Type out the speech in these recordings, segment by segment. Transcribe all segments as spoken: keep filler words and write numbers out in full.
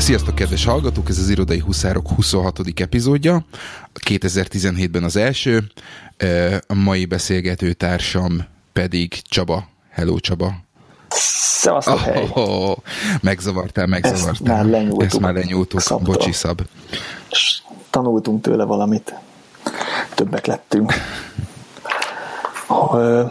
Sziasztok, kedves hallgatók! Ez az Irodai Huszárok huszonhatodik epizódja, kétezer-tizenhétben az első, a mai beszélgető társam pedig Csaba. Hello, Csaba! Szevasztok, oh, hely! Oh, oh, megzavartál, megzavartál. Ezt már lenyúltuk. Ezt már lenyúltuk. Szabtól. Bocsi, szab. És tanultunk tőle valamit. Többek lettünk. Oh,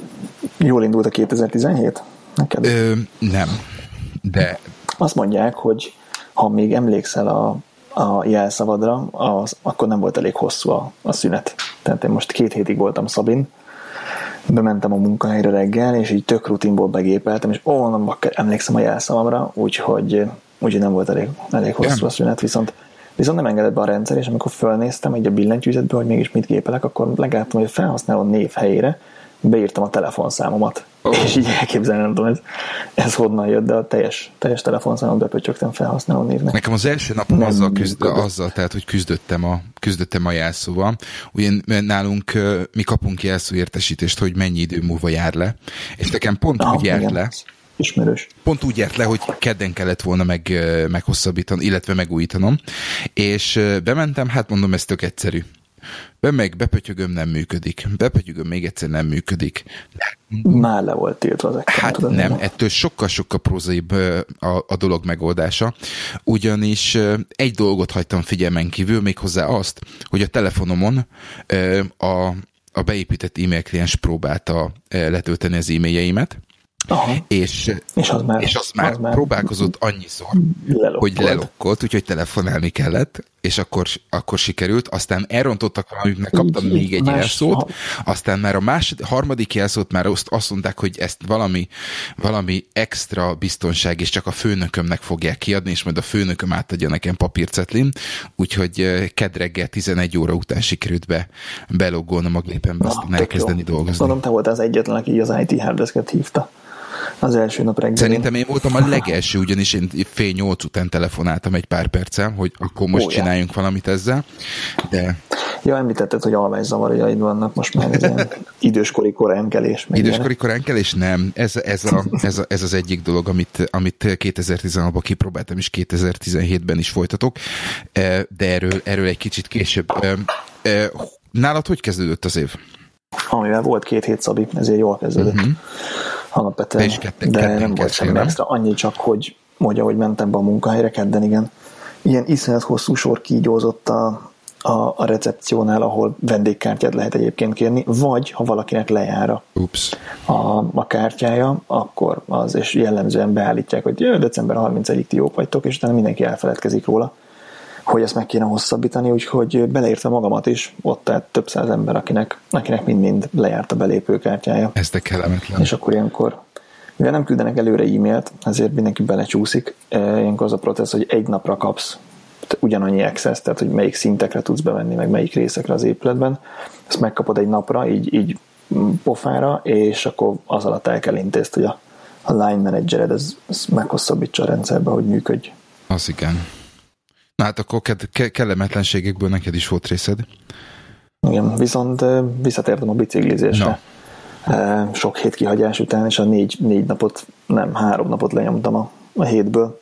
jól indult a kétezer-tizenhét? Neked? Ö, nem, de... Azt mondják, hogy ha még emlékszel a, a jelszavadra, az, akkor nem volt elég hosszú a, a szünet. Tehát én most két hétig voltam Szabin, bementem a munkahelyre reggel, és így tök rutinból begépeltem, és ó, nem emlékszem a jelszavamra, úgyhogy, úgyhogy nem volt elég, elég hosszú a szünet, viszont, viszont nem engedett be a rendszer, és amikor fölnéztem egy a billentyűzetből, hogy mégis mit gépelek, akkor megláttam, hogy a felhasználó név helyére beírtam a telefonszámomat. Oh. És így elképzelni, nem tudom, ez, ez honnan jött, de a teljes, teljes telefonszámot bepötyögtem felhasználó névnek. Nekem az első napom azzal, küzd, azzal, tehát, hogy küzdöttem a, küzdöttem a jelszóval. Ugye nálunk mi kapunk jelszóértesítést, hogy mennyi idő múlva jár le, és nekem pont ah, úgy járt igen. le, Ismerős. Pont úgy járt le, hogy kedden kellett volna meg, meghosszabbítanom, illetve megújítanom, és bementem, hát mondom, ez tök egyszerű. Be meg bepötyögöm, nem működik. Bepötyögöm, még egyszer nem működik. Már le volt tiltva ezek. Hát nem, nem, ettől sokkal-sokkal prózaibb a, a dolog megoldása, ugyanis egy dolgot hagytam figyelmen kívül, méghozzá azt, hogy a telefonomon a, a beépített e-mail kliens próbálta letölteni az e-mailjeimet, Aha. És, és az már, és az már, az már próbálkozott annyiszor, lelokkolt. hogy lelokkolt, úgyhogy telefonálni kellett, és akkor, akkor sikerült, aztán elrontottak valamit, kaptam így, még egy jelszót, aztán már a második, harmadik jelszót már azt, azt mondták, hogy ezt valami, valami extra biztonság, és csak a főnökömnek fogják kiadni, és majd a főnököm átadja nekem papírcetlin, úgyhogy kedd reggel tizenegy óra után sikerült be, beloggolnom a gépembe, aztán elkezdeni jó. dolgozni. Mondom, te voltál az egyetlen, aki így az i té helpdesket hívta. Az első nap reggel. Szerintem én voltam a legelső, ugyanis én fél nyolc után telefonáltam egy pár perccel, hogy akkor most oh, csináljunk ja. valamit ezzel, de... Ja, említetted, hogy alvászavarjaid vannak most már, ez ilyen időskori koránkelés. Időskori koránkelés? Nem. Ez, ez, a, ez, a, ez az egyik dolog, amit, amit kétezer-tizenhatban kipróbáltam, és kétezer-tizenhétben is folytatok, de erről, erről egy kicsit később. Nálad hogy kezdődött az év? Amivel volt két hét, Szabi, ezért jól kezdődött. Uh-huh. Alapvetően, ketten, de ketten nem volt semmi extra. Annyi csak, hogy, hogy ahogy mentem be a munkahelyre kedden, igen, ilyen iszonyat hosszú sor kígyózott a, a, a recepciónál, ahol vendégkártyát lehet egyébként kérni, vagy ha valakinek lejára Ups. A, a kártyája, akkor az, és jellemzően beállítják, hogy jö, december harmincegyedikéig ti jók vagytok, és utána mindenki elfeledkezik róla, hogy ezt meg kéne hosszabbítani, úgyhogy beleértve magamat is, ott állt több száz ember, akinek, akinek mind-mind lejárt a belépőkártyája. Ez te kellemetlen. És akkor ilyenkor, mivel nem küldenek előre e-mailt, ezért mindenki belecsúszik. Ilyenkor az a processz, hogy egy napra kapsz ugyanannyi access, tehát hogy melyik szintekre tudsz bevenni, meg melyik részekre az épületben. Ezt megkapod egy napra, így, így pofára, és akkor az alatt el kell intézni, hogy a, a line managered ez, ez meghosszabbítsa a rendszerbe, hogy működj. Az igen. Na hát akkor ke- kellemetlenségekből neked is volt részed. Igen, viszont visszatértem a biciklizésre. No. Sok hét kihagyás után, és a négy, négy napot, nem, három napot lenyomtam a, a hétből.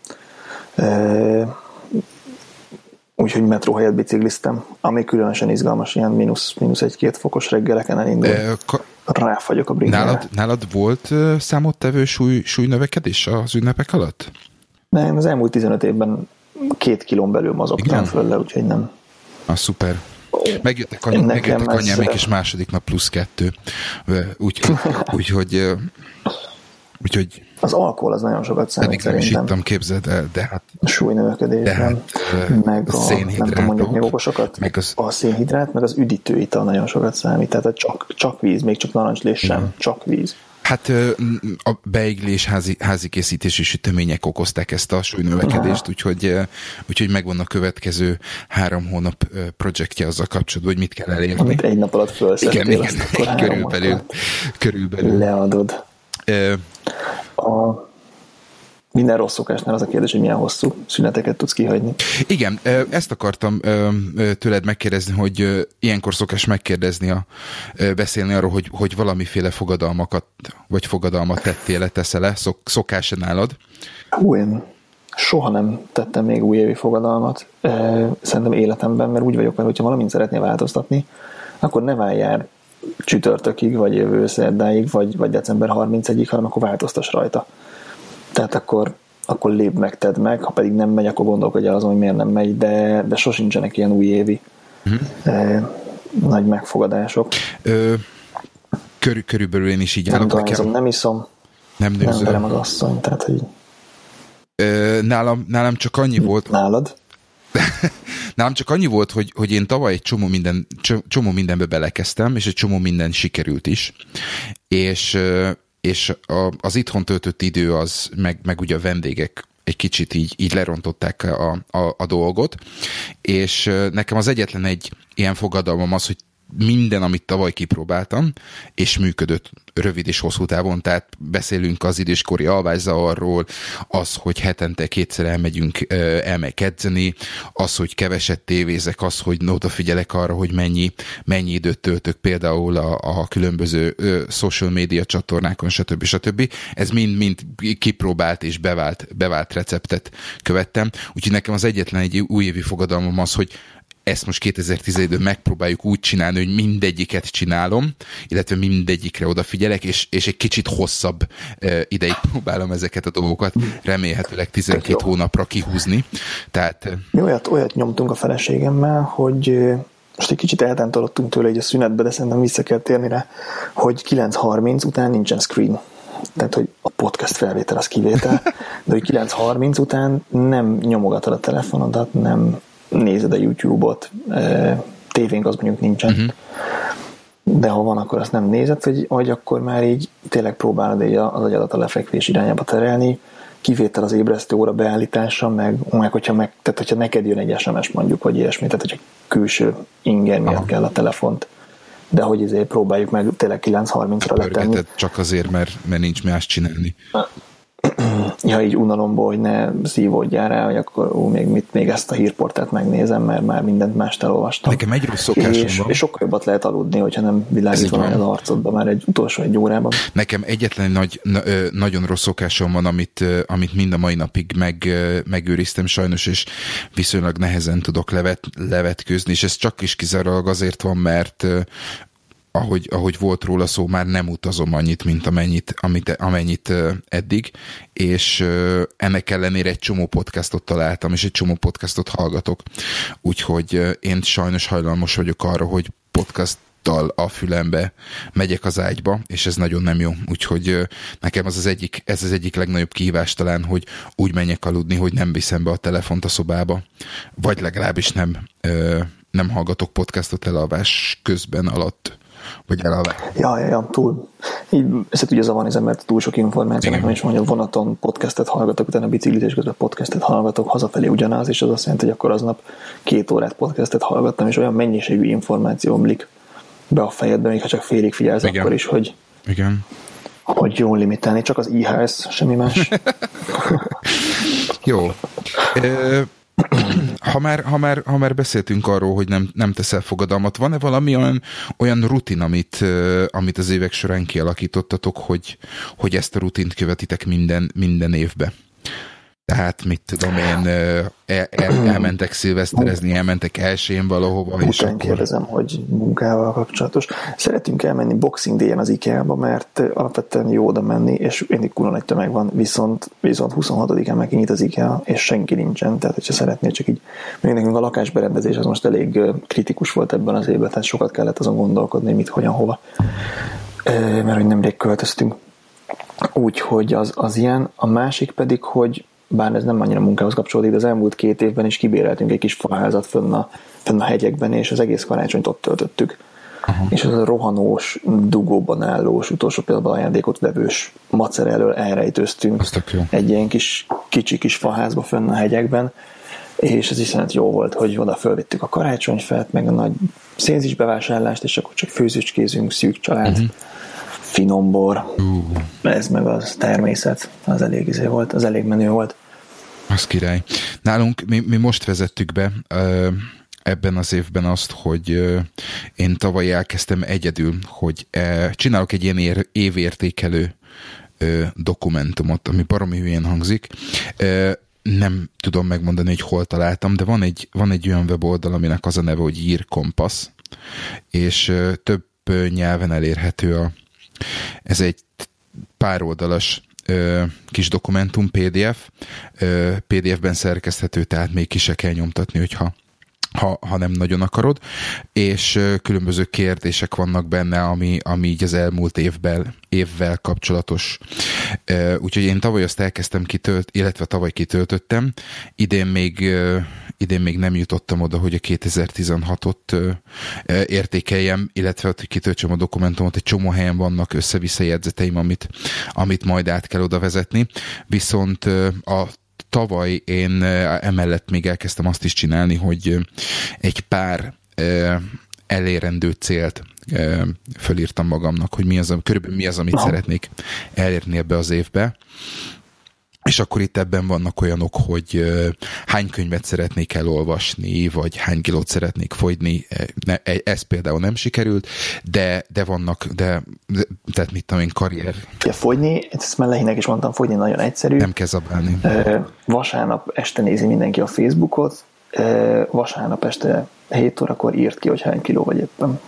Úgyhogy metró helyett bicikliztem, ami különösen izgalmas, ilyen mínusz, mínusz egy-két fokos reggeleken elindul. E, ka- Ráfagyok a bringára. Nálad, nálad volt számottevő súly, súlynövekedés az ünnepek alatt? Nem, az elmúlt tizenöt évben két kilón belül mozogtam föl le, úgyhogy nem. Ah, szuper. Megjöttek, any- megjöttek anyámék, és második nap plusz kettő. Úgyhogy... úgy, úgy, úgy, az alkohol az nagyon sokat számít szerintem. Pedig nem is ittam, képzeld el, de hát... A súlynövekedésben, hát, meg a, a nem tudom mondjuk még okosokat, meg az, a szénhidrát, meg az üdítőital nagyon sokat számít. Tehát csak, csak víz, még csak narancslés sem, uh-huh. csak víz. Hát a beiglés házi, házi készítési sütemények okozták ezt a súlynövekedést, úgyhogy, úgyhogy megvan a következő három hónap projektje azzal kapcsolatban, hogy mit kell elérni. Amit egy nap alatt felszettél. Igen, igen, körülbelül, körülbelül. Leadod. Uh, a minden rossz szokásnál az a kérdés, hogy milyen hosszú szüneteket tudsz kihagyni. Igen, ezt akartam tőled megkérdezni, hogy ilyenkor szokás megkérdezni, a, beszélni arról, hogy, hogy valamiféle fogadalmakat, vagy fogadalmat tettél le, teszel-e, szok, szokás-e nálad? Hú, én soha nem tettem még újévi fogadalmat, szerintem életemben, mert úgy vagyok vele, hogyha valamint szeretnél változtatni, akkor ne várjál csütörtökig, vagy jövő szerdáig, vagy, vagy december harmincegyedikéig, hanem akkor változtass rajta. Tehát akkor, akkor lépd meg, tedd meg, ha pedig nem megy, akkor gondolkodj el azon, hogy miért nem megy, de, de sosincsenek ilyen újévi uh-huh. eh, nagy megfogadások. Ö, körül, körülbelül én is így állok. Nem dohányzom, nem iszom, nem, nem verem az asszony, tehát hogy... Ö, nálam, nálam csak annyi volt... Nálad? Nálam csak annyi volt, hogy, hogy én tavaly egy csomó, minden, csomó mindenbe belekezdtem, és egy csomó minden sikerült is. És, és a, az itthon töltött idő, az, meg, meg ugye a vendégek egy kicsit így, így lerontották a, a, a dolgot, és nekem az egyetlen egy ilyen fogadalmam az, hogy minden, amit tavaly kipróbáltam, és működött rövid és hosszú távon, tehát beszélünk az időskori alvászavarról, az, hogy hetente kétszer elmegyünk, elmegy edzeni, az, hogy keveset tévézek, az, hogy odafigyelek arra, hogy mennyi, mennyi időt töltök például a, a különböző social media csatornákon, stb. stb. Ez mind-mind kipróbált és bevált, bevált receptet követtem, úgyhogy nekem az egyetlen egy újévi fogadalmam az, hogy ezt most kétezer-tizenegyben megpróbáljuk úgy csinálni, hogy mindegyiket csinálom, illetve mindegyikre odafigyelek, és, és egy kicsit hosszabb uh, ideig próbálom ezeket a dolgokat, remélhetőleg tizenkét hónapra kihúzni. Tehát, Mi olyat, olyat nyomtunk a feleségemmel, hogy most egy kicsit eltántorodtunk tőle egy a szünetbe, de szerintem vissza kell térni rá, hogy kilenc harminc után nincsen screen. Tehát, hogy a podcast felvétel az kivétel, de hogy kilenc harminc után nem nyomogatod a telefonodat, nem nézed a YouTube-ot, tévénk az mondjuk nincsen, uh-huh. de ha van, akkor azt nem nézed, hogy, hogy akkor már így tényleg próbálod így az agyadat a lefekvés irányába terelni, kivétel az ébresztő óra beállítása, meg, meg, hogyha, meg tehát, hogyha neked jön egy es em es mondjuk, vagy ilyesmi, tehát hogyha külső inger miatt kell a telefont, de hogy ezért próbáljuk meg tényleg kilenc harmincra letenni. Csak azért, mert, mert nincs más csinálni. Ja, így unalomból, hogy ne szívódjál rá, hogy akkor ó, még, mit, még ezt a hírportát megnézem, mert már mindent mást elolvastam. Nekem egy rossz szokásom és, van. És sokkal jobbat lehet aludni, hogyha nem világít valami az arcodba már egy utolsó egy órában. Nekem egyetlen nagy, na, nagyon rossz szokásom van, amit, amit mind a mai napig meg, megőriztem sajnos, és viszonylag nehezen tudok levet, levetkőzni, és ez csak is kizárólag azért van, mert Ahogy, ahogy volt róla szó, már nem utazom annyit, mint amennyit, amit, amennyit eddig, és ennek ellenére egy csomó podcastot találtam, és egy csomó podcastot hallgatok. Úgyhogy én sajnos hajlamos vagyok arra, hogy podcasttal a fülembe megyek az ágyba, és ez nagyon nem jó. Úgyhogy nekem az az egyik, ez az egyik legnagyobb kihívás talán, hogy úgy menjek aludni, hogy nem viszem be a telefont a szobába, vagy legalábbis nem, nem hallgatok podcastot elalvás közben alatt. Vagy elalvás. Ja, ja, ja, túl. Így ezt tudja zavarni, mert túl sok információ. Nekem is mondja, vonaton podcastet hallgatok, utána biciklizés közben podcastet hallgatok, hazafelé ugyanaz, és az azt jelenti, hogy akkor aznap két órát podcastet hallgattam, és olyan mennyiségű információ omlik be a fejedbe, még ha csak félig figyelsz, igen. Akkor is, hogy, igen. hogy jól limitálni. Csak az e-house, semmi más. Jó. Ha már, ha, már, ha már beszéltünk arról, hogy nem, nem teszel fogadalmat, van-e valami olyan, olyan rutin, amit, amit az évek során kialakítottatok, hogy, hogy ezt a rutint követitek minden, minden évbe? Tehát, mit tudom én, el, el, elmentek szilveszterezni, elmentek elsőjén valahova. Után akkor... kérdezem, hogy munkával kapcsolatos. Szeretünk elmenni Boxing Day-en az IKEA-ba, mert alapvetően jó oda menni, és mindig kurva nagy tömeg van, viszont, viszont huszonhatodikán meg kinyit az IKEA, és senki nincsen, tehát hogyha szeretnél csak így, még nekünk a lakásberendezés az most elég kritikus volt ebben az évben, tehát sokat kellett azon gondolkodni, mit, hogyan, hova. Mert hogy nemrég költöztünk. Úgyhogy az, az ilyen, a másik pedig, hogy bár ez nem annyira munkához kapcsolódik, de az elmúlt két évben is kibéreltünk egy kis faházat fönn a, fönn a hegyekben, és az egész karácsonyt ott töltöttük. Uh-huh. És az a rohanós, dugóban állós, utolsó pillanatban ajándékot vevős macer elől elrejtőztünk egy ilyen kis, kicsi kis faházba fönn a hegyekben, és ez iszonyat jó volt, hogy oda fölvittük a karácsonyfát, meg a nagy szénzis bevásárlást, és akkor csak főzőcskézünk, szűk család, uh-huh. finombor, uh. ez meg az természet, az elég izé volt, az elég menő volt. Az király. Nálunk mi, mi most vezettük be uh, ebben az évben azt, hogy uh, én tavaly elkezdtem egyedül, hogy uh, csinálok egy ilyen ér, évértékelő uh, dokumentumot, ami baromi hülyén hangzik. Uh, nem tudom megmondani, hogy hol találtam, de van egy, van egy olyan weboldal, aminek az a neve, hogy Year Compass, és több nyelven elérhető a, ez egy pár oldalas ö, kis dokumentum, pé dé ef, ö, pé dé ef-ben szerkeszthető, tehát még ki se kell nyomtatni, hogyha Ha, ha nem nagyon akarod, és különböző kérdések vannak benne, ami, ami így az elmúlt évben, évvel kapcsolatos. Úgyhogy én tavaly azt elkezdtem kitölt, illetve tavaly kitöltöttem. Idén még, idén még nem jutottam oda, hogy a kétezer-tizenhatot értékeljem, illetve hogy kitöltsem a dokumentumot. Egy csomó helyen vannak össze-vissza jegyzeteim, amit, amit majd át kell oda vezetni. Viszont a tavaly én emellett még elkezdtem azt is csinálni, hogy egy pár elérendő célt fölírtam magamnak, hogy mi az, körülbelül mi az, amit Aha. szeretnék elérni ebbe az évbe. És akkor itt ebben vannak olyanok, hogy hány könyvet szeretnék elolvasni, vagy hány kilót szeretnék fogyni. Ez például nem sikerült, de, de vannak, de, de tehát mit tudom én, karrier. Ja, fogyni, ezt már Lehinek is mondtam, fogyni nagyon egyszerű. Nem kell zabálni. Vasárnap este nézi mindenki a Facebookot, vasárnap este hét órakor írt ki, hogy hány kiló vagy éppen.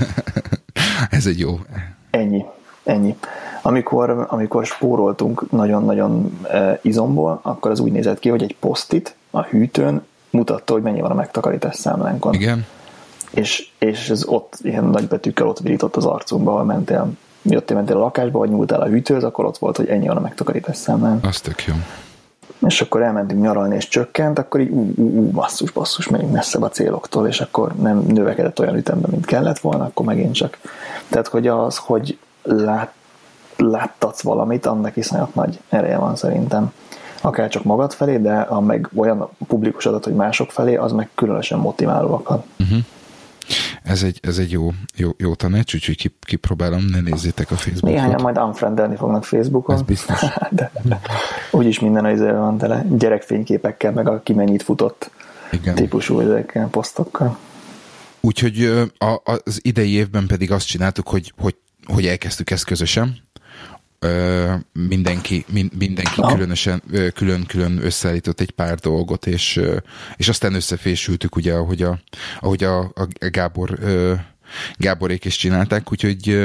Ez egy jó. Ennyi, ennyi. Amikor, amikor spóroltunk nagyon-nagyon e, izomból, akkor az úgy nézett ki, hogy egy posztit a hűtőn mutatta, hogy mennyi van a megtakarítás számlánkon. Igen. És, és ez ott ilyen nagybetűkkel ott virított az arcunkba, ahol mentél, jöttél, mentél a lakásba, vagy nyúltál a hűtőhöz, akkor ott volt, hogy ennyi van a megtakarítás számlán. Az tök jó. És akkor elmentünk nyaralni, és csökkent, akkor így ú, ú, ú, basszus, basszus, megyünk messzebb a céloktól, és akkor nem növekedett olyan ütemben, mint kellett volna, akkor megint csak. Tehát, hogy az, hogy lát láttatsz valamit, annak iszonyat nagy ereje van szerintem. Akár csak magad felé, de ha meg olyan publikus adat, hogy mások felé, az meg különösen motiváló akad. Uh-huh. Ez egy, ez egy jó, jó, jó tanács, úgyhogy kipróbálom, ne nézzétek a Facebookot. Néhányan majd unfriendelni fognak Facebookon. Ez biztos. de, de úgyis minden az van tele. Gyerekfényképekkel, meg a ki mennyit futott Igen. típusú ezekkel, posztokkal. Úgyhogy a, az idei évben pedig azt csináltuk, hogy, hogy, hogy elkezdtük ezt közösen. Ö, mindenki, min, mindenki különösen, külön-külön összeállított egy pár dolgot, és, és aztán összefésültük, ugye, ahogy a, ahogy a, a Gábor, Gáborék is csinálták, úgyhogy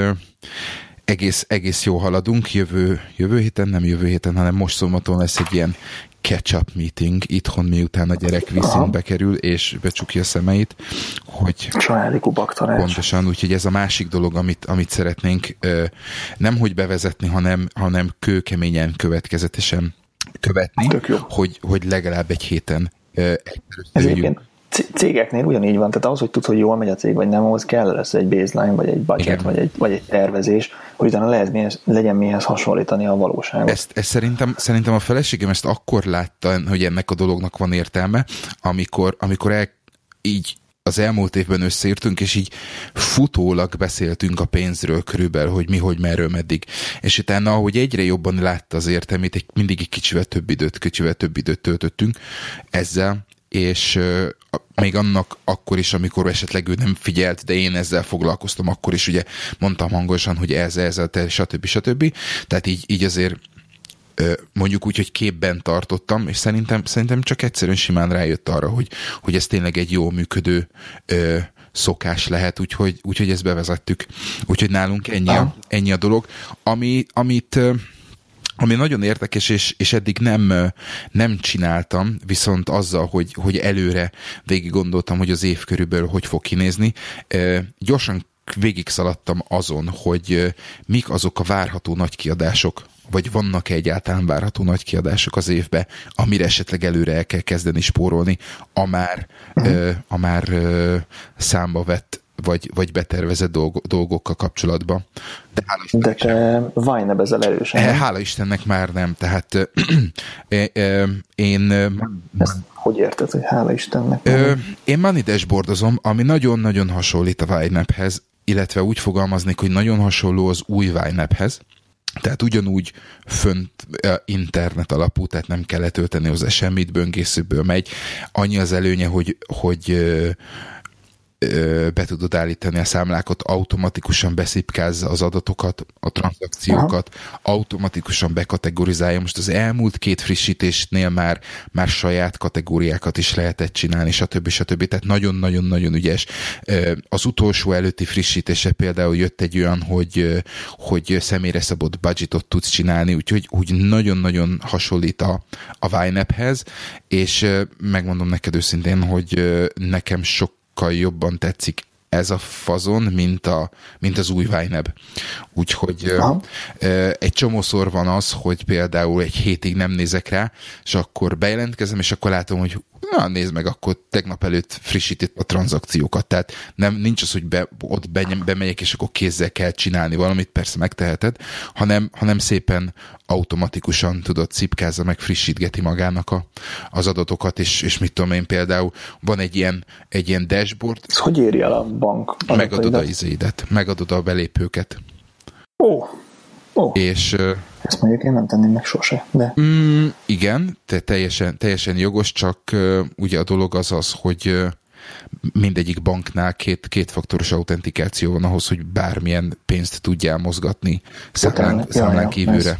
egész, egész jó haladunk. Jövő, jövő héten, nem jövő héten, hanem most szombaton lesz egy ilyen catch-up meeting itthon, miután a gyerek vízszintbe kerül, és becsukja a szemeit, hogy családi kubaktanács. Pontosan, úgyhogy ez a másik dolog, amit, amit szeretnénk nem hogy bevezetni, hanem, hanem kőkeményen, következetesen követni, hogy, hogy legalább egy héten egyszerűen cégeknél ugyanígy van, tehát ahhoz, hogy tudod, hogy jól megy a cég, vagy nem, ahhoz kell lesz egy baseline, vagy egy budget, vagy egy, vagy egy tervezés, hogy utána lehet mihez, legyen mihez hasonlítani a valóságot. Ezt, ezt szerintem, szerintem a feleségem ezt akkor látta, hogy ennek a dolognak van értelme, amikor, amikor el, így az elmúlt évben összeértünk, és így futólag beszéltünk a pénzről körülbelül, hogy mi, hogy merről, meddig. És utána, ahogy egyre jobban látta az értelmét, egy, mindig egy kicsivel több időt, kicsivel több időt töltöttünk ezzel, és uh, még annak akkor is, amikor esetleg ő nem figyelt, de én ezzel foglalkoztam, akkor is ugye mondtam hangosan, hogy ez, ez, ez, stb. stb. Tehát így, így azért uh, mondjuk úgy, hogy képben tartottam, és szerintem, szerintem csak egyszerűen simán rájött arra, hogy, hogy ez tényleg egy jó működő uh, szokás lehet, úgyhogy, úgyhogy ezt bevezettük. Úgyhogy nálunk ennyi a, ennyi a dolog. Ami, amit... Uh, Ami nagyon érdekes, és, és eddig nem, nem csináltam, viszont azzal, hogy, hogy előre végig gondoltam, hogy az év körülbelül hogy fog kinézni, gyorsan végig szaladtam azon, hogy mik azok a várható nagy kiadások, vagy vannak-e egyáltalán várható nagy kiadások az évbe, amire esetleg előre el kell kezdeni spórolni, a már, uh-huh. a már számba vett vagy, vagy betervezett dolgo, dolgokkal kapcsolatban. De hála Istennek, De te Vájnebezel erősen. Hála Istennek már nem, tehát én... Ezt hogy érted, hogy hála Istennek? Én money dashboardozom, ami nagyon-nagyon hasonlít a Vájnebhez, illetve úgy fogalmaznék, hogy nagyon hasonló az új Vájnebhez. Tehát ugyanúgy fönt internet alapú, tehát nem kell letölteni hozzá semmit, böngészőből megy. Annyi az előnye, hogy, hogy be tudod állítani a számlákat, automatikusan beszipkázza az adatokat, a tranzakciókat, aha, automatikusan bekategorizálja. Most az elmúlt két frissítésnél már, már saját kategóriákat is lehetett csinálni, stb. stb. Tehát nagyon-nagyon-nagyon ügyes. Az utolsó előtti frissítése például jött egy olyan, hogy, hogy személyre szabott budgetot tudsz csinálni, úgyhogy úgy nagyon-nagyon hasonlít a, a Wine-apphez, és megmondom neked őszintén, hogy nekem sokkal jobban tetszik ez a fazon, mint, a, mint az új Wine-app. Úgyhogy aha, egy csomószor van az, hogy például egy hétig nem nézek rá, és akkor bejelentkezem, és akkor látom, hogy na, nézd meg, akkor tegnap előtt frissített a tranzakciókat. Tehát nem, nincs az, hogy be, ott be, bemegyek, és akkor kézzel kell csinálni valamit, persze megteheted, hanem, hanem szépen automatikusan tudod, cipkázza meg, frissítgeti magának a, az adatokat, és, és mit tudom én, például van egy ilyen, egy ilyen dashboard. Ez hogy éri el a bank? Megadod a izédet, megadod a belépőket. Ó, ó. És ezt mondjuk én nem tenném meg sose, de... Mm, igen, te teljesen, teljesen jogos, csak uh, ugye a dolog az az, hogy uh, mindegyik banknál két, kétfaktoros autentikáció van ahhoz, hogy bármilyen pénzt tudjál mozgatni számlán, számlán kívülre.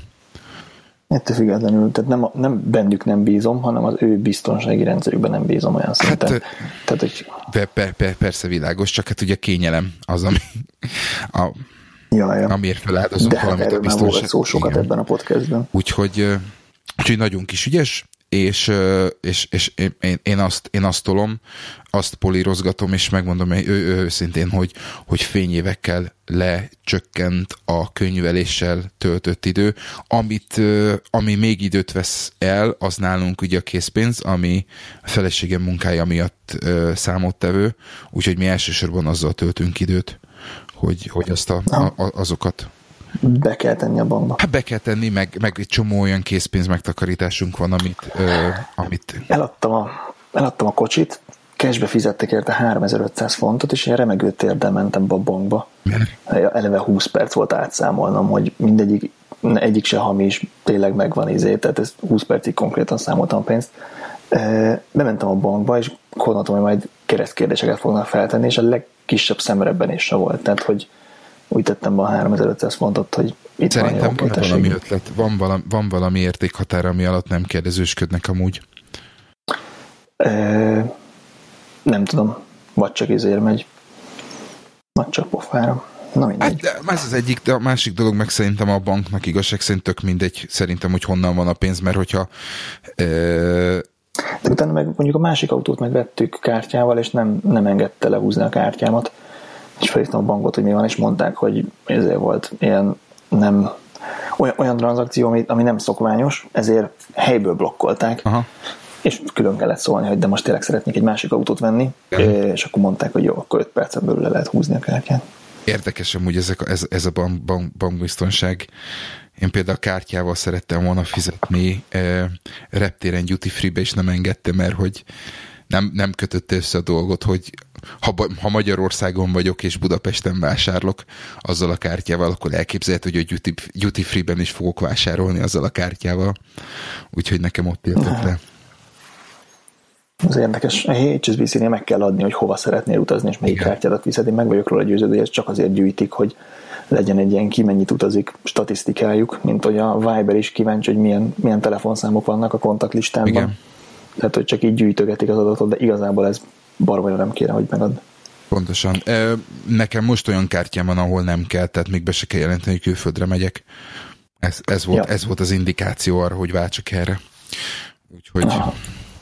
Ettől függetlenül, tehát nem, nem bennük nem bízom, hanem az ő biztonsági rendszerükben nem bízom olyan szinten. Hát, tehát, hogy... per, per, per, persze világos, csak hát ugye kényelem az, ami... A, ja, ja. Amiért feláldozunk de valamit a biztonság. De hát erről szó sokat igen. Ebben a podcastben. Úgyhogy, úgyhogy nagyon kis ügyes, és, és, és én, én, azt, én azt tolom, azt polírozgatom, és megmondom ő, ő, őszintén, hogy, hogy fényévekkel lecsökkent a könyveléssel töltött idő. Amit, ami még időt vesz el, az nálunk ugye a készpénz, ami a feleségem munkája miatt számottevő, úgyhogy mi elsősorban azzal töltünk időt, hogy, hogy azt a, a, azokat be kell tenni a bankba. Hát be kell tenni, meg, meg egy csomó olyan készpénz megtakarításunk van, amit... Ö, amit... Eladtam, a, eladtam a kocsit, cashbe fizettek érte háromezer-ötszáz fontot, és én remegő térdel mentem be a bankba. Miért? Eleve húsz perc volt átszámolnom, hogy mindegyik, egyik se hamis, tényleg megvan izé, tehát ez húsz percig konkrétan számoltam a pénzt. Bementem a bankba, és gondoltam, hogy majd keresztkérdéseket fognak feltenni, és a legkisebb szemrebbenésre volt. Tehát, hogy úgy tettem be a háromezer-ötszáz fontot, hogy itt szerintem van, van valami ötlet, van valami, van valami értékhatár, ami alatt nem kérdezősködnek amúgy. E, nem tudom, vagy csak izér megy, vagy csak pofára. Na mindegy. Hát, ez az egyik, de a másik dolog meg szerintem a banknak igazság szerint tök mindegy, szerintem, hogy honnan van a pénz, mert hogyha e, de utána meg mondjuk a másik autót megvettük kártyával, és nem, nem engedte lehúzni a kártyámat. És felhívtam a bankot, hogy mi van, és mondták, hogy ezért volt ilyen nem, olyan, olyan tranzakció, ami, ami nem szokványos, ezért helyből blokkolták. Aha. És külön kellett szólni, hogy de most tényleg szeretnék egy másik autót venni, ja. És akkor mondták, hogy jó, akkor öt percen belül le lehet húzni a kártyát. Érdekes amúgy ezek a, ez, ez a bank, bank, bankbiztonság. Én például a kártyával szerettem volna fizetni eh, reptéren duty free-be, és nem engedtem, mert hogy nem, nem kötötte össze a dolgot, hogy ha, ha Magyarországon vagyok, és Budapesten vásárlok azzal a kártyával, akkor elképzelhető, hogy a duty, duty free-ben is fogok vásárolni azzal a kártyával. Úgyhogy nekem ott értek le. Az érdekes. A há es bé cé-nél meg kell adni, hogy hova szeretnél utazni, és melyik kártyádat viszed. Én meg vagyok róla győződő, hogy ezt csak azért gyűjtik, hogy legyen egy ilyen ki mennyit utazik statisztikájuk, mint hogy a Viber is kíváncsi, hogy milyen, milyen telefonszámok vannak a kontaktlistában. Igen. Tehát, hogy csak így gyűjtögetik az adatot, de igazából ez baromira nem kéne, hogy megad. Pontosan. Nekem most olyan kártyám van, ahol nem kell, tehát még be se kell jelenteni, hogy külföldre megyek. Ez, ez, volt, ja. ez volt az indikáció arra, hogy váltsak erre. Úgyhogy... Aha.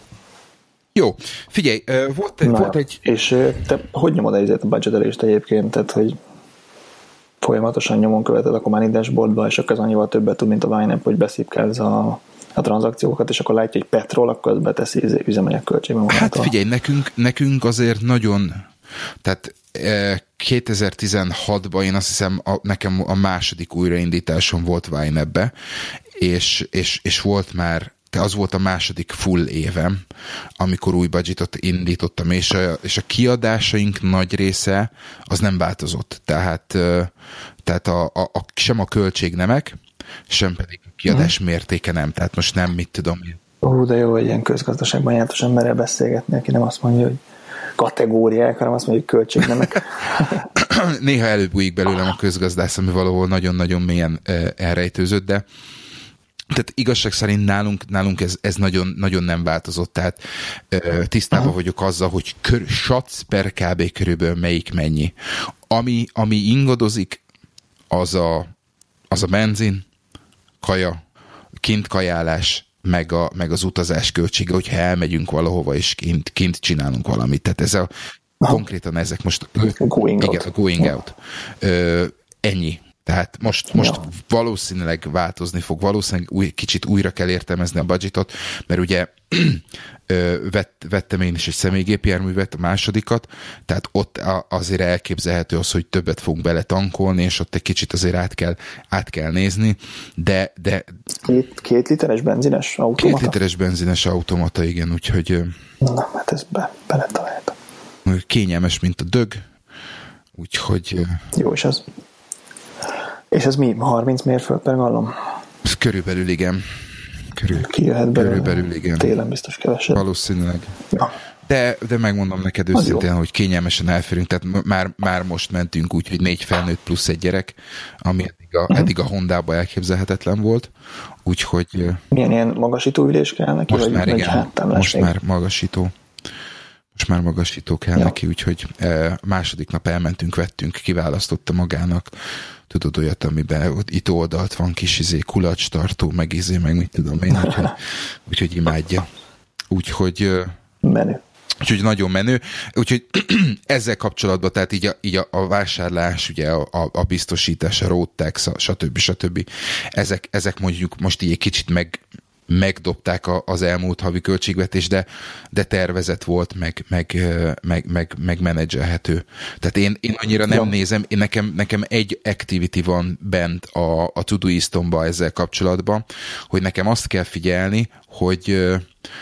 Jó, figyelj, volt, Na, volt egy... És te hogy nyomod a budgetelést egyébként? Tehát, hogy folyamatosan nyomon követed a Command Dashboardba, és akkor az annyival többet tud, mint a Wine-app, hogy beszipkálsz a, a tranzakciókat, és akkor látja, hogy petrol, akkor azt beteszi üzemanyag költségben. Hát figyelj, nekünk, nekünk azért nagyon... Tehát kétezer-tizenhatban én azt hiszem, a, nekem a második újraindításom volt Wine-app-be, és, és, és volt már az volt a második full évem, amikor új budgetot indítottam, és a, és a kiadásaink nagy része az nem változott. Tehát, tehát a, a, a, sem a költségnemek, sem pedig a kiadás hmm. mértéke nem. Tehát most nem, mit tudom. Ó, de jó, hogy ilyen közgazdaságban jártas emberrel beszélgetni, aki nem azt mondja, hogy kategóriák, hanem azt mondjuk költségnemek. Néha előbújik belőlem a közgazdász, ami valahol nagyon-nagyon mélyen elrejtőzött, de tehát igazság szerint nálunk, nálunk ez, ez nagyon, nagyon nem változott, tehát tisztában uh-huh. vagyok azzal, hogy kör, sac per kb. Körülbelül melyik mennyi. Ami, ami ingadozik, az a, az a benzin, kaja, kint kajálás, meg, a, meg az utazás költsége, hogyha elmegyünk valahova, és kint, kint csinálunk valamit. Tehát ez a, konkrétan ezek most... Going igen, out. a going out. Ö, ennyi. Tehát most, most ja. valószínűleg változni fog, valószínűleg új, kicsit újra kell értelmezni a budgetot, mert ugye vett, vettem én is egy személygépjárművet, a másodikat, tehát ott azért elképzelhető az, hogy többet fogunk bele tankolni, és ott egy kicsit azért át kell, át kell nézni, de... de két, két literes benzines automata? Két literes benzines automata, igen, úgyhogy... Na, hát ez be, beletaláltam. Kényelmes, mint a dög, úgyhogy... Jó, és ez... És ez mi? harminc mérföld per gallon? Körülbelül igen. Körül, Kijöhet belőle. Körülbelül igen. Télen biztos kevesebb. Valószínűleg. Ja. De, de megmondom neked őszintén, hogy kényelmesen elférünk, tehát már, már most mentünk úgy, hogy négy felnőtt plusz egy gyerek, ami eddig a, uh-huh. eddig a Hondába elképzelhetetlen volt, úgyhogy... Milyen ilyen magasító ülés kell neki? Most vagy, már vagy igen, most még? már magasító. Most már magasító kell ja. neki, úgyhogy e, második nap elmentünk, vettünk, kiválasztotta magának, tudod olyat, amiben itt oldalt van kis izé, kulacstartó, meg izé, meg mit tudom én, úgyhogy, úgyhogy imádja. Úgyhogy... Menő. Úgyhogy nagyon menő. Úgyhogy ezzel kapcsolatban, tehát így a, így a, a vásárlás, ugye a, a, a biztosítás, a road tax, a stb. stb. Ezek, ezek mondjuk most így egy kicsit meg megdobták a, az elmúlt havi költségvetés, de, de tervezett volt, meg, meg, meg, meg, meg menedzselhető. Tehát én, én annyira nem ja. nézem, én nekem, nekem egy activity van bent a, a Todoistomba ezzel kapcsolatban, hogy nekem azt kell figyelni, hogy ö,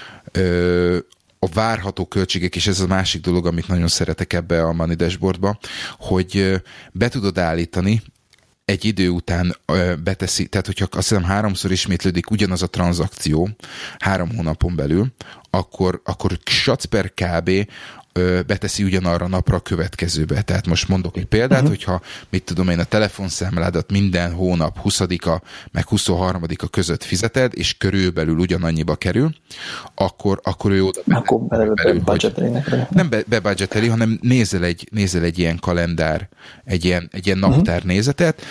ö, a várható költségek, és ez a másik dolog, amit nagyon szeretek ebbe a Money Dashboardba, hogy be tudod állítani, egy idő után ö, beteszi, tehát hogyha azt hiszem háromszor ismétlődik ugyanaz a tranzakció három hónapon belül, akkor, akkor sac per kb. Ö, beteszi ugyanarra napra a következőbe. Tehát most mondok egy példát, uh-huh. hogyha mit tudom én, a telefonszámládat minden hónap huszadika meg huszonharmadika között fizeted, és körülbelül ugyanannyiba kerül, akkor, akkor ő oda belül, akkor belül, belül budgeteli neked. Nem be, bebudgeteli, hanem nézel egy, nézel egy ilyen kalendár, egy ilyen, egy ilyen naptár uh-huh. nézetet,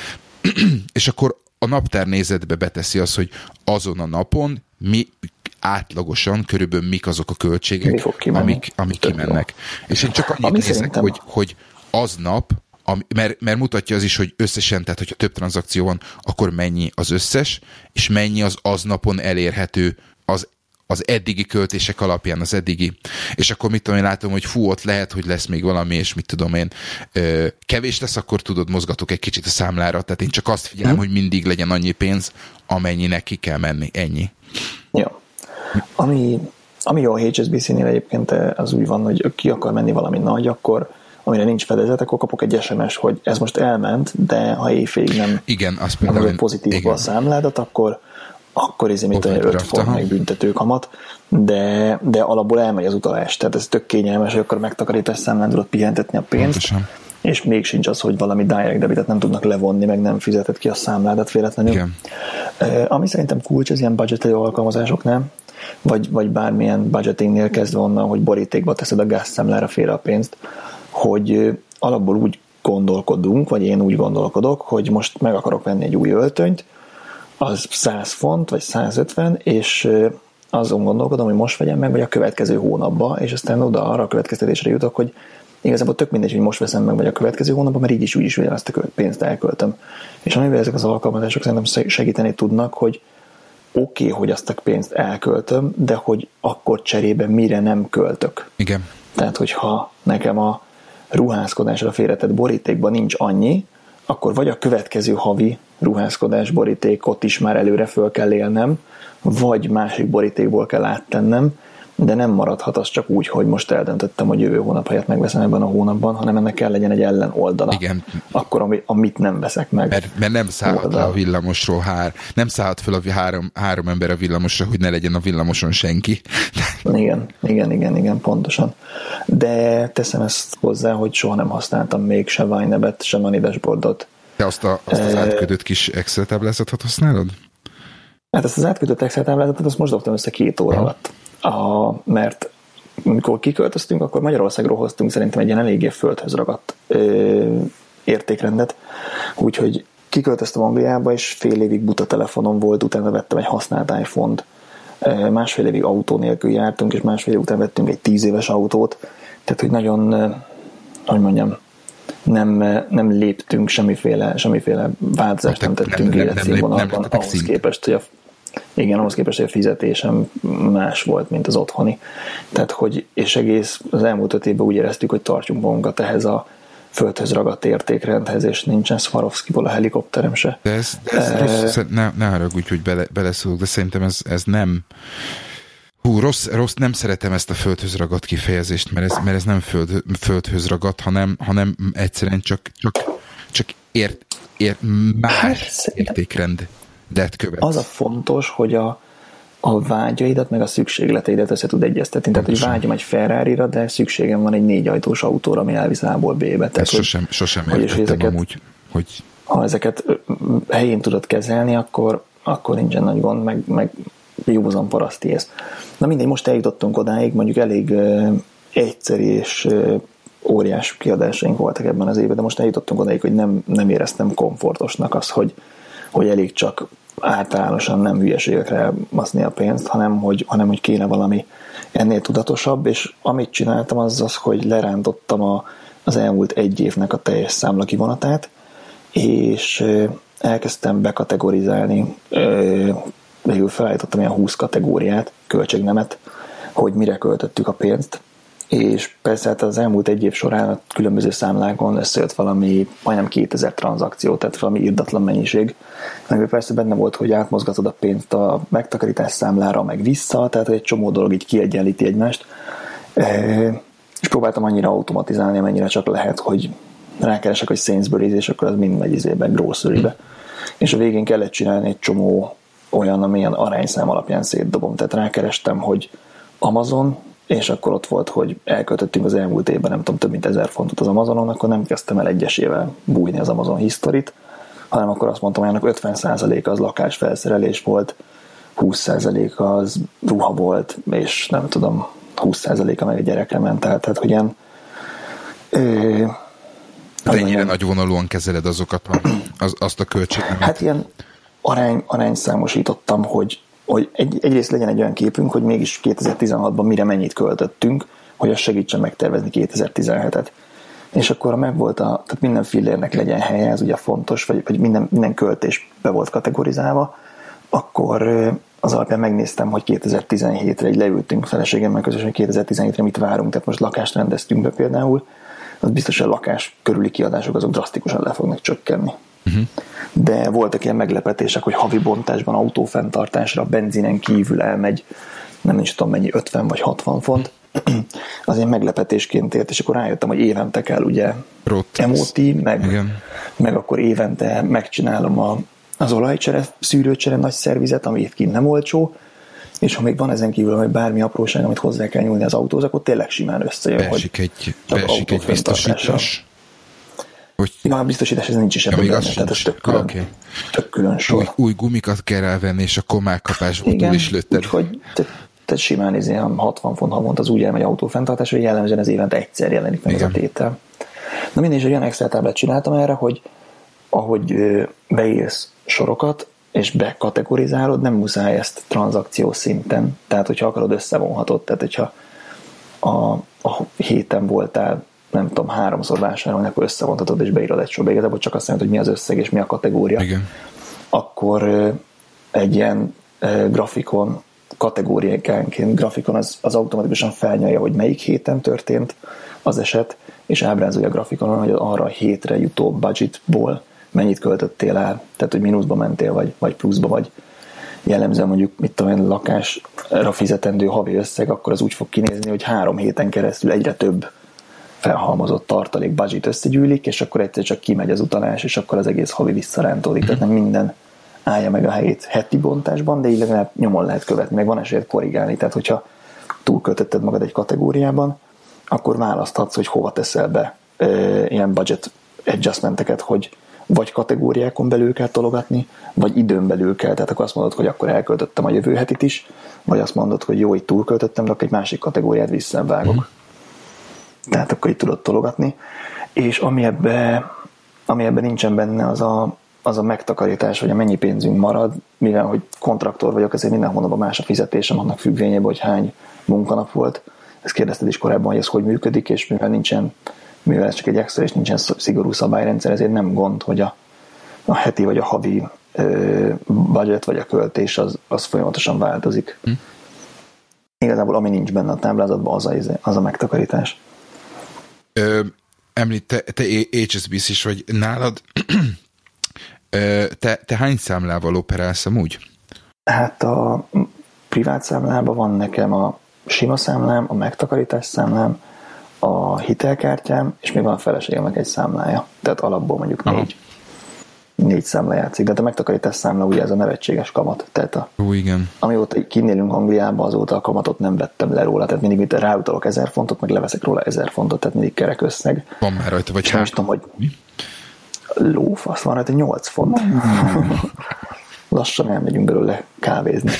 és akkor a naptár nézetbe beteszi azt, hogy azon a napon mi átlagosan körülbelül mik azok a költségek, amik, amik kimennek. És én csak annyit ami nézek, szerintem... hogy, hogy aznap, ami, mert, mert mutatja az is, hogy összesen, tehát hogyha több tranzakció van, akkor mennyi az összes, és mennyi az aznapon elérhető az az eddigi költések alapján, az eddigi, és akkor mit tudom én, látom, hogy fú, ott lehet, hogy lesz még valami, és mit tudom én, ö, kevés lesz, akkor tudod, mozgatok egy kicsit a számlára, tehát én csak azt figyelem, hmm. hogy mindig legyen annyi pénz, amennyinek ki kell menni, ennyi. Ja. Ami, ami jó a há es bé cé-nél egyébként az úgy van, hogy ki akar menni valami nagy, akkor amire nincs fedezet, akkor kapok egy es em es, hogy ez most elment, de ha éjfélig nem igen, az például pozitívba a számládat, akkor akkor ez mint olyan öt font meg büntető kamat, de, de alapból elmegy az utalás, tehát ez tök kényelmes, hogy akkor megtakarítás számlán tudod pihentetni a pénzt, pontosan. És még sincs az, hogy valami direct debitet nem tudnak levonni, meg nem fizeted ki a számládat véletlenül. Igen. Uh, ami szerintem kulcs az ilyen budgeteli alkalmazásoknál, vagy, vagy bármilyen budgetingnél kezdve onnan, hogy borítékba teszed a gázszámlára félre a pénzt, hogy uh, alapból úgy gondolkodunk, vagy én úgy gondolkodok, hogy most meg akarok venni egy új öltönyt, az száz font, vagy százötven, és azon gondolkodom, hogy most vegyem meg, vagy a következő hónapban, és aztán oda arra a következtetésre jutok, hogy igazából tök mindegy, hogy most veszem meg, vagy a következő hónapban, mert így is úgy is azt a pénzt elköltöm. És amivel ezek az alkalmazások szerintem segíteni tudnak, hogy oké, okay, hogy azt a pénzt elköltöm, de hogy akkor cserébe mire nem költök. Igen. Tehát, hogyha nekem a ruházkodásra félretett borítékban nincs annyi, akkor vagy a következő havi ruházkodás borítékot is már előre föl kell élnem, vagy másik borítékból kell áttennem, de nem maradhat az csak úgy, hogy most eldöntöttem, hogy jövő hónap helyett megveszem ebben a hónapban, hanem ennek kell legyen egy ellen oldala. Igen. Akkor, ami, amit nem veszek meg. Mert, mert nem szállhat le a villamosról hár, nem szállhat fel a három, három ember a villamosra, hogy ne legyen a villamoson senki. Igen, igen, igen, igen, pontosan. De teszem ezt hozzá, hogy soha nem használtam még se Winebet, se Money Dashboardot. Te azt, a, azt az átkötött kis Excel táblázatot használod? Hát ezt az átkötött Excel táblázatot azt most dobtam össze két óra alatt. A, mert amikor kiköltöztünk, akkor Magyarországról hoztunk szerintem egy ilyen eléggé földhöz ragadt ö, értékrendet. Úgyhogy kiköltöztem Angliába, és fél évig buta telefonom volt, utána vettem egy használt iPhone-t. Másfél évig autó nélkül jártunk, és másfél év után vettünk egy tíz éves autót. Tehát, hogy nagyon, hogy mondjam, nem, nem léptünk semmiféle, semmiféle változást, nem tettünk életszínvonalban ahhoz képest, hogy a Igen, ahhoz képest, hogy a fizetésem más volt, mint az otthoni. Tehát, hogy, és egész az elmúlt öt évben úgy éreztük, hogy tartjunk magunkat ehhez a földhöz ragadt értékrendhez, és nincsen Swarovskiból a helikopterem se. De ez, de ez e... rossz, ne, ne haragudj, hogy bele, beleszólok, de szerintem ez, ez nem... Hú, rossz, rossz, nem szeretem ezt a földhöz ragadt kifejezést, mert ez, mert ez nem föld, földhöz ragadt, hanem, hanem egyszerűen csak, csak, csak ért, ért, más értékrend. Az a fontos, hogy a, a vágyaidat meg a szükségleteidet össze tud egyeztetni. Tehát, hogy vágyom egy Ferrarira, de szükségem van egy négy ajtós autóra, ami elvisz A-ból B-be. Tehát, Ezt sosem, sosem értettem ezeket, amúgy, hogy... Ha ezeket helyén tudod kezelni, akkor, akkor nincsen nagy gond, meg, meg józan paraszti ész. Na mindegy, most eljutottunk odáig, mondjuk elég uh, egyszerű és uh, óriás kiadásaink voltak ebben az évben, de most eljutottunk odáig, hogy nem, nem éreztem komfortosnak az, hogy hogy elég csak általánosan nem hülyeségekre maszni a pénzt, hanem hogy, hanem hogy kéne valami ennél tudatosabb, és amit csináltam az az, hogy lerántottam a, az elmúlt egy évnek a teljes számla kivonatát, és elkezdtem bekategorizálni, végül felállítottam ilyen húsz kategóriát, költségnemet, hogy mire költöttük a pénzt, és persze hát az elmúlt egy év során a különböző számlákon összejött valami majdnem kétezer tranzakció, tehát valami irdatlan mennyiség. Meg persze benne volt, hogy átmozgatod a pénzt a megtakarítás számlára, meg vissza, tehát egy csomó dolog így kiegyenlíti egymást. És próbáltam annyira automatizálni, amennyire csak lehet, hogy rákeresek, hogy Sainsbury's, és akkor az mind megy izébe, grocerybe. És a végén kellett csinálni egy csomó olyan, amilyen arányszám alapján szétdobom. Tehát rákerestem, hogy Amazon, és akkor ott volt, hogy elköltöttünk az elmúlt évben, nem tudom, több mint ezer fontot az Amazonon, akkor nem kezdtem el egyesével bújni az Amazon historyt, hanem akkor azt mondtam, hogy annak ötven százaléka az lakásfelszerelés volt, húsz százaléka az ruha volt, és nem tudom, húsz százaléka meg a gyerekre ment el. Tehát, hogy ilyen... Ö, hát ennyire nagyvonalúan kezeled azokat, a, az, azt a költséget? Hát ilyen arány, arányszámosítottam, hogy hogy egy, egyrészt legyen egy olyan képünk, hogy mégis kétezer-tizenhatban mire mennyit költöttünk, hogy az segítsen megtervezni kétezer-tizenhetet. És akkor megvolt a, tehát minden fillérnek legyen helye, ez ugye fontos, vagy, vagy minden, minden költés be volt kategorizálva, akkor az alapján megnéztem, hogy kétezer-tizenhétre egy leültünk feleségemmel közösen, hogy kétezer-tizenhétre mit várunk, tehát most lakást rendeztünk be például, az biztos, hogy a lakás körüli kiadások azok drasztikusan le fognak csökkenni. Uh-huh. De voltak ilyen meglepetések, hogy havi bontásban autófenntartásra benzinen kívül elmegy, nem is tudom mennyi, ötven vagy hatvan font. Az ilyen meglepetésként ért, és akkor rájöttem, hogy évente kell ugye emóti, meg, meg akkor évente megcsinálom a, az olajcsere, szűrőcsere nagy szervizet, ami itt kint nem olcsó, és ha még van ezen kívül, hogy bármi apróság, amit hozzá kell nyúlni az autóhoz, akkor tényleg simán összejön. Beesik egy, beesik egy biztosítás. Hogy... Ja, a biztosítás ez nincs is ebben, ja, tehát ez tök külön, okay. tök külön sor. Új, új gumikat kell rávenni, és akkor mágkapásból túl is lőtted. Úgyhogy te, te simán izé, hatvan font havonta az úgy elmegy autófenntartás, hogy jellemzően ez évente egyszer jelenik meg. Igen. Az a tétel. Na mindig, hogy olyan Excel táblát csináltam erre, hogy ahogy beírsz sorokat, és bekategorizálod, nem muszáj ezt tranzakció szinten. Tehát, hogyha akarod, összevonhatod. Tehát, hogyha a, a héten voltál nem tudom, háromszor vásárolni, akkor összevontatod és beírod egy sorba. Igazából csak azt mondod, hogy mi az összeg és mi a kategória. Igen. Akkor egy ilyen grafikon, kategóriánként grafikon az, az automatikusan felnyalja, hogy melyik héten történt az eset, és ábrázolja a grafikonon, hogy arra a hétre jutó budgetból mennyit költöttél el. Tehát, hogy mínuszba mentél, vagy, vagy pluszba, vagy jellemzően mondjuk, mit tudom én, lakás fizetendő havi összeg, akkor az úgy fog kinézni, hogy három héten keresztül egyre több felhalmozott tartalék budget összegyűlik, és akkor egyszer csak kimegy az utalás, és akkor az egész havi visszarántódik. Tehát nem minden állja meg a helyét heti bontásban, de így legalább nyomon lehet követni, meg van esélyed korrigálni. Tehát, hogyha túlköltötted magad egy kategóriában, akkor választhatsz, hogy hova teszel be e, ilyen budget adjustmenteket, hogy vagy kategóriákon belül kell tologatni, vagy időn belül kell. Tehát akkor azt mondod, hogy akkor elköltöttem a jövő hetit is, vagy azt mondod, hogy jó, itt túlköltöttem, de akkor egy másik kategóriát visszavágok. Mm. Tehát akkor itt tudod tologatni. És ami ebben ami ebbe nincsen benne, az a, az a megtakarítás, hogy a mennyi pénzünk marad, mivel hogy kontraktor vagyok, azért minden hónapban más a fizetésem, annak függvényében, hogy hány munkanap volt. Ezt kérdezted is korábban, hogy ez hogy működik, és mivel nincsen, mivel ez csak egy extra, és nincsen szigorú szabályrendszer, ezért nem gond, hogy a, a heti vagy a havi ö, budget vagy a költés az, az folyamatosan változik. Hm. Igazából ami nincs benne a táblázatban, az a, az a megtakarítás. Ö, Említ, te, te há es bé cé-s vagy nálad, te, te hány számlával operálsz amúgy? Hát a privát számlában van nekem a sima számlám, a megtakarítás számlám, a hitelkártyám, és még van a feleségemnek egy számlája. Tehát alapból mondjuk négy, négy számla játszik. De a megtakarítás számla ugye ez a nevetséges kamat. Tehát a, Ó, igen. amióta kinélünk Angliában, azóta a kamatot nem vettem le róla. Tehát mindig, mint ráutalok ezer fontot, meg leveszek róla ezer fontot, tehát mindig kerek összeg. Van már rajta, vagy hát? Tudom, hogy lófasz, van rajta nyolc font. Lassan elmegyünk belőle kávézni.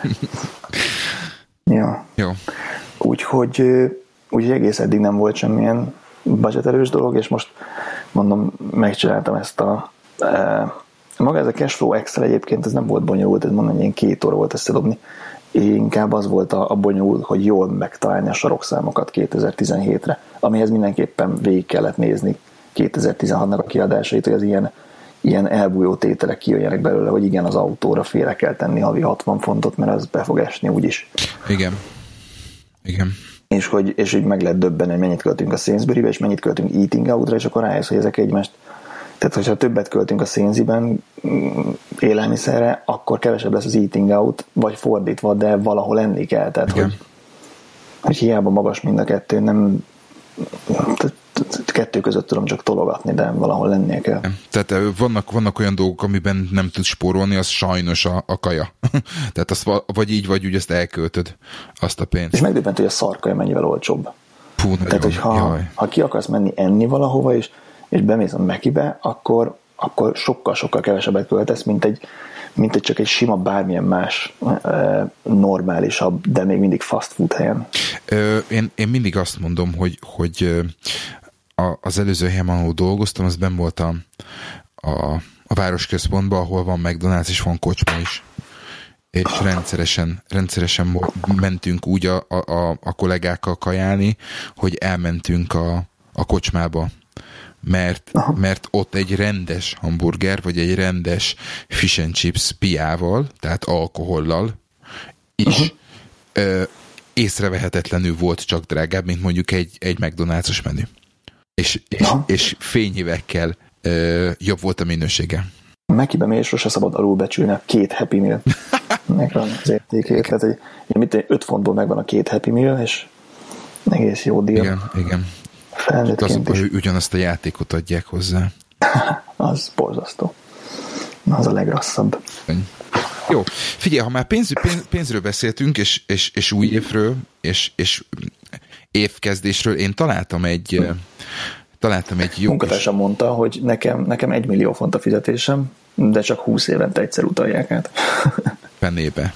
Ja. Jó. Úgyhogy, úgyhogy egész eddig nem volt semmilyen budgetelős dolog, és most mondom, megcsináltam ezt a e, maga ez a Cashflow Excel egyébként, ez nem volt bonyolult, ez mondom, ilyen két óra volt összedobni. Inkább az volt a, a bonyolult, hogy jól megtalálni a sarokszámokat kétezer-tizenhétre, amihez mindenképpen végig kellett nézni kétezer-tizenhatnak a kiadásait, hogy az ilyen, ilyen elbújó tételek kijöjjenek belőle, hogy igen, az autóra félre kell tenni havi hatvan fontot, mert az be fog esni úgyis. Igen. Igen. És hogy, és hogy meg lehet döbbenni, hogy mennyit költünk a Sainsbury-be, és mennyit költünk Eating Out-ra, és akkor rájössz, hogy ezek egymást. Tehát, hogyha többet költünk a Sainsbury-ben élelmiszerre, akkor kevesebb lesz az Eating Out, vagy fordítva, de valahol enni kell. Tehát, hogy, hogy hiába magas mind a kettő, nem kettő között tudom csak tologatni, de valahol lennie kell. Tehát vannak, vannak olyan dolgok, amiben nem tudsz spórolni, az sajnos a, a kaja. Tehát azt vagy így, vagy úgy ezt elköltöd, azt a pénzt. És megdöbbent, hogy a szarkaja mennyivel olcsóbb. Fú, tehát, hogy ha, ha ki akarsz menni enni valahova, és, és bemész a Mekibe, akkor, akkor sokkal-sokkal kevesebbet költesz, mint egy, mint egy csak egy sima bármilyen más normálisabb, de még mindig fast food helyen. Ö, én, én mindig azt mondom, hogy, hogy a, az előző helyen, ahol dolgoztam, az benn volt a, a, a városközpontban, ahol van McDonald's és van kocsma is. És rendszeresen, rendszeresen mentünk úgy a, a, a kollégákkal kajálni, hogy elmentünk a, a kocsmába. Mert, mert ott egy rendes hamburger, vagy egy rendes fish and chips piával, tehát alkohollal is ö, észrevehetetlenül volt csak drágább, mint mondjuk egy, egy McDonald's-os menü. És, és, és fényévekkel ö, jobb volt a minősége. Mekibe még sose szabad alulbecsülni a két Happy Meal. Megvan az értékét. Tehát, hogy mit, öt fontból megvan a két Happy Meal, és egész jó díj. Igen, igen. Az, hogy ugyanazt a játékot adják hozzá. Az borzasztó. Az a legrosszabb. Jó, figyelj, ha már pénz, pénz, pénzről beszéltünk, és, és, és új évről, és, és évkezdésről, én találtam egy hm. találtam egy jó... Munkatársam mondta, hogy nekem, nekem egy millió font a fizetésem, de csak húsz évente egyszer utalják át. Fenébe.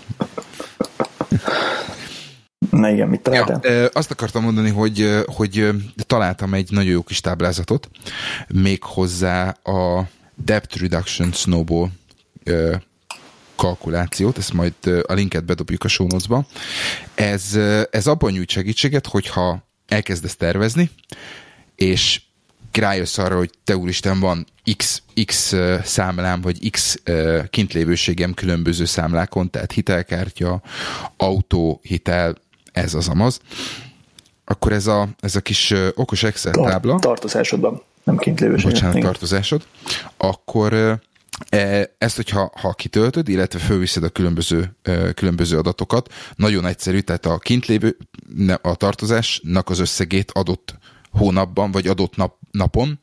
Na igen, mit találtál? Ja, azt akartam mondani, hogy, hogy találtam egy nagyon jó kis táblázatot, még hozzá a Debt Reduction Snowball kalkulációt, ezt majd a linket bedobjuk a show notes-ba. Ez, ez abban nyújt segítséget, hogyha elkezdesz tervezni, és rájössz arra, hogy te úristen, van X, X számlám, vagy X kintlévőségem különböző számlákon, tehát hitelkártya, autóhitel, ez az amaz, akkor ez a, ez a kis okos Excel tábla... Tartozásodban, nem kintlévőségem. Bocsánat, igen. Tartozásod. Akkor Ezt, hogyha ha kitöltöd, illetve fölviszed a különböző, különböző adatokat, nagyon egyszerű, tehát a kint lévő a tartozásnak az összegét adott hónapban, vagy adott nap, napon,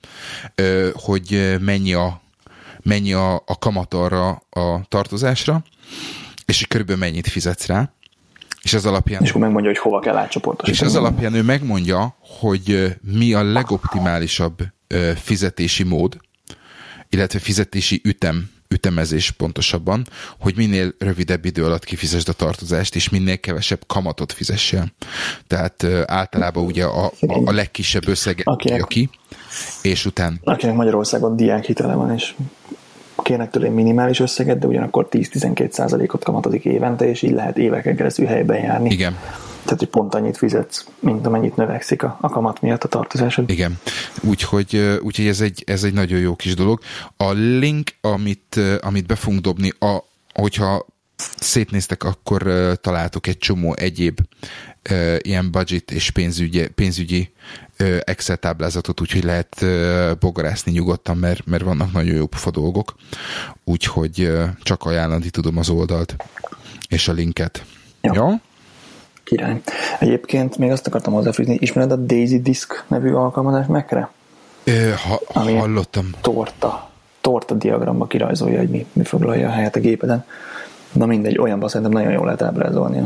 hogy mennyi a, mennyi a, a kamat arra a tartozásra, és körülbelül mennyit fizetsz rá. És az alapján... És akkor megmondja, hogy hova kell átcsoportosítani. És az alapján ő megmondja, hogy mi a legoptimálisabb fizetési mód, illetve fizetési ütem, ütemezés pontosabban, hogy minél rövidebb idő alatt kifizesd a tartozást, és minél kevesebb kamatot fizessél. Tehát általában ugye a, a, a legkisebb összeget adja ki, és után... Akinek Magyarországon diákhitele van, és kérnek tőle minimális összeget, de ugyanakkor tíz-tizenkét százalékot kamatozik évente, és így lehet éveken keresztül helyben járni. Igen. Tehát, hogy pont annyit fizetsz, mint amennyit növekszik a, a kamat miatt a tartozásod. Igen. Úgyhogy, úgyhogy ez, egy, ez egy nagyon jó kis dolog. A link, amit, amit be fogunk dobni, a, hogyha szétnéztek, akkor uh, találtok egy csomó egyéb uh, ilyen budget és pénzügyi, pénzügyi uh, Excel táblázatot, úgyhogy lehet uh, bogarászni nyugodtan, mert, mert vannak nagyon jó pufa dolgok. Úgyhogy uh, csak ajánlani tudom az oldalt és a linket. Jó? Jó? Király. Egyébként még azt akartam hozzáfűzni, ismered a Daisy Disk nevű alkalmazást Mac-re? Ö, ha, hallottam. Torta, torta diagramba kirajzolja, hogy mi, mi foglalja a helyet a gépeden. Na mindegy, olyanban szerintem nagyon jól lehet ábrázolni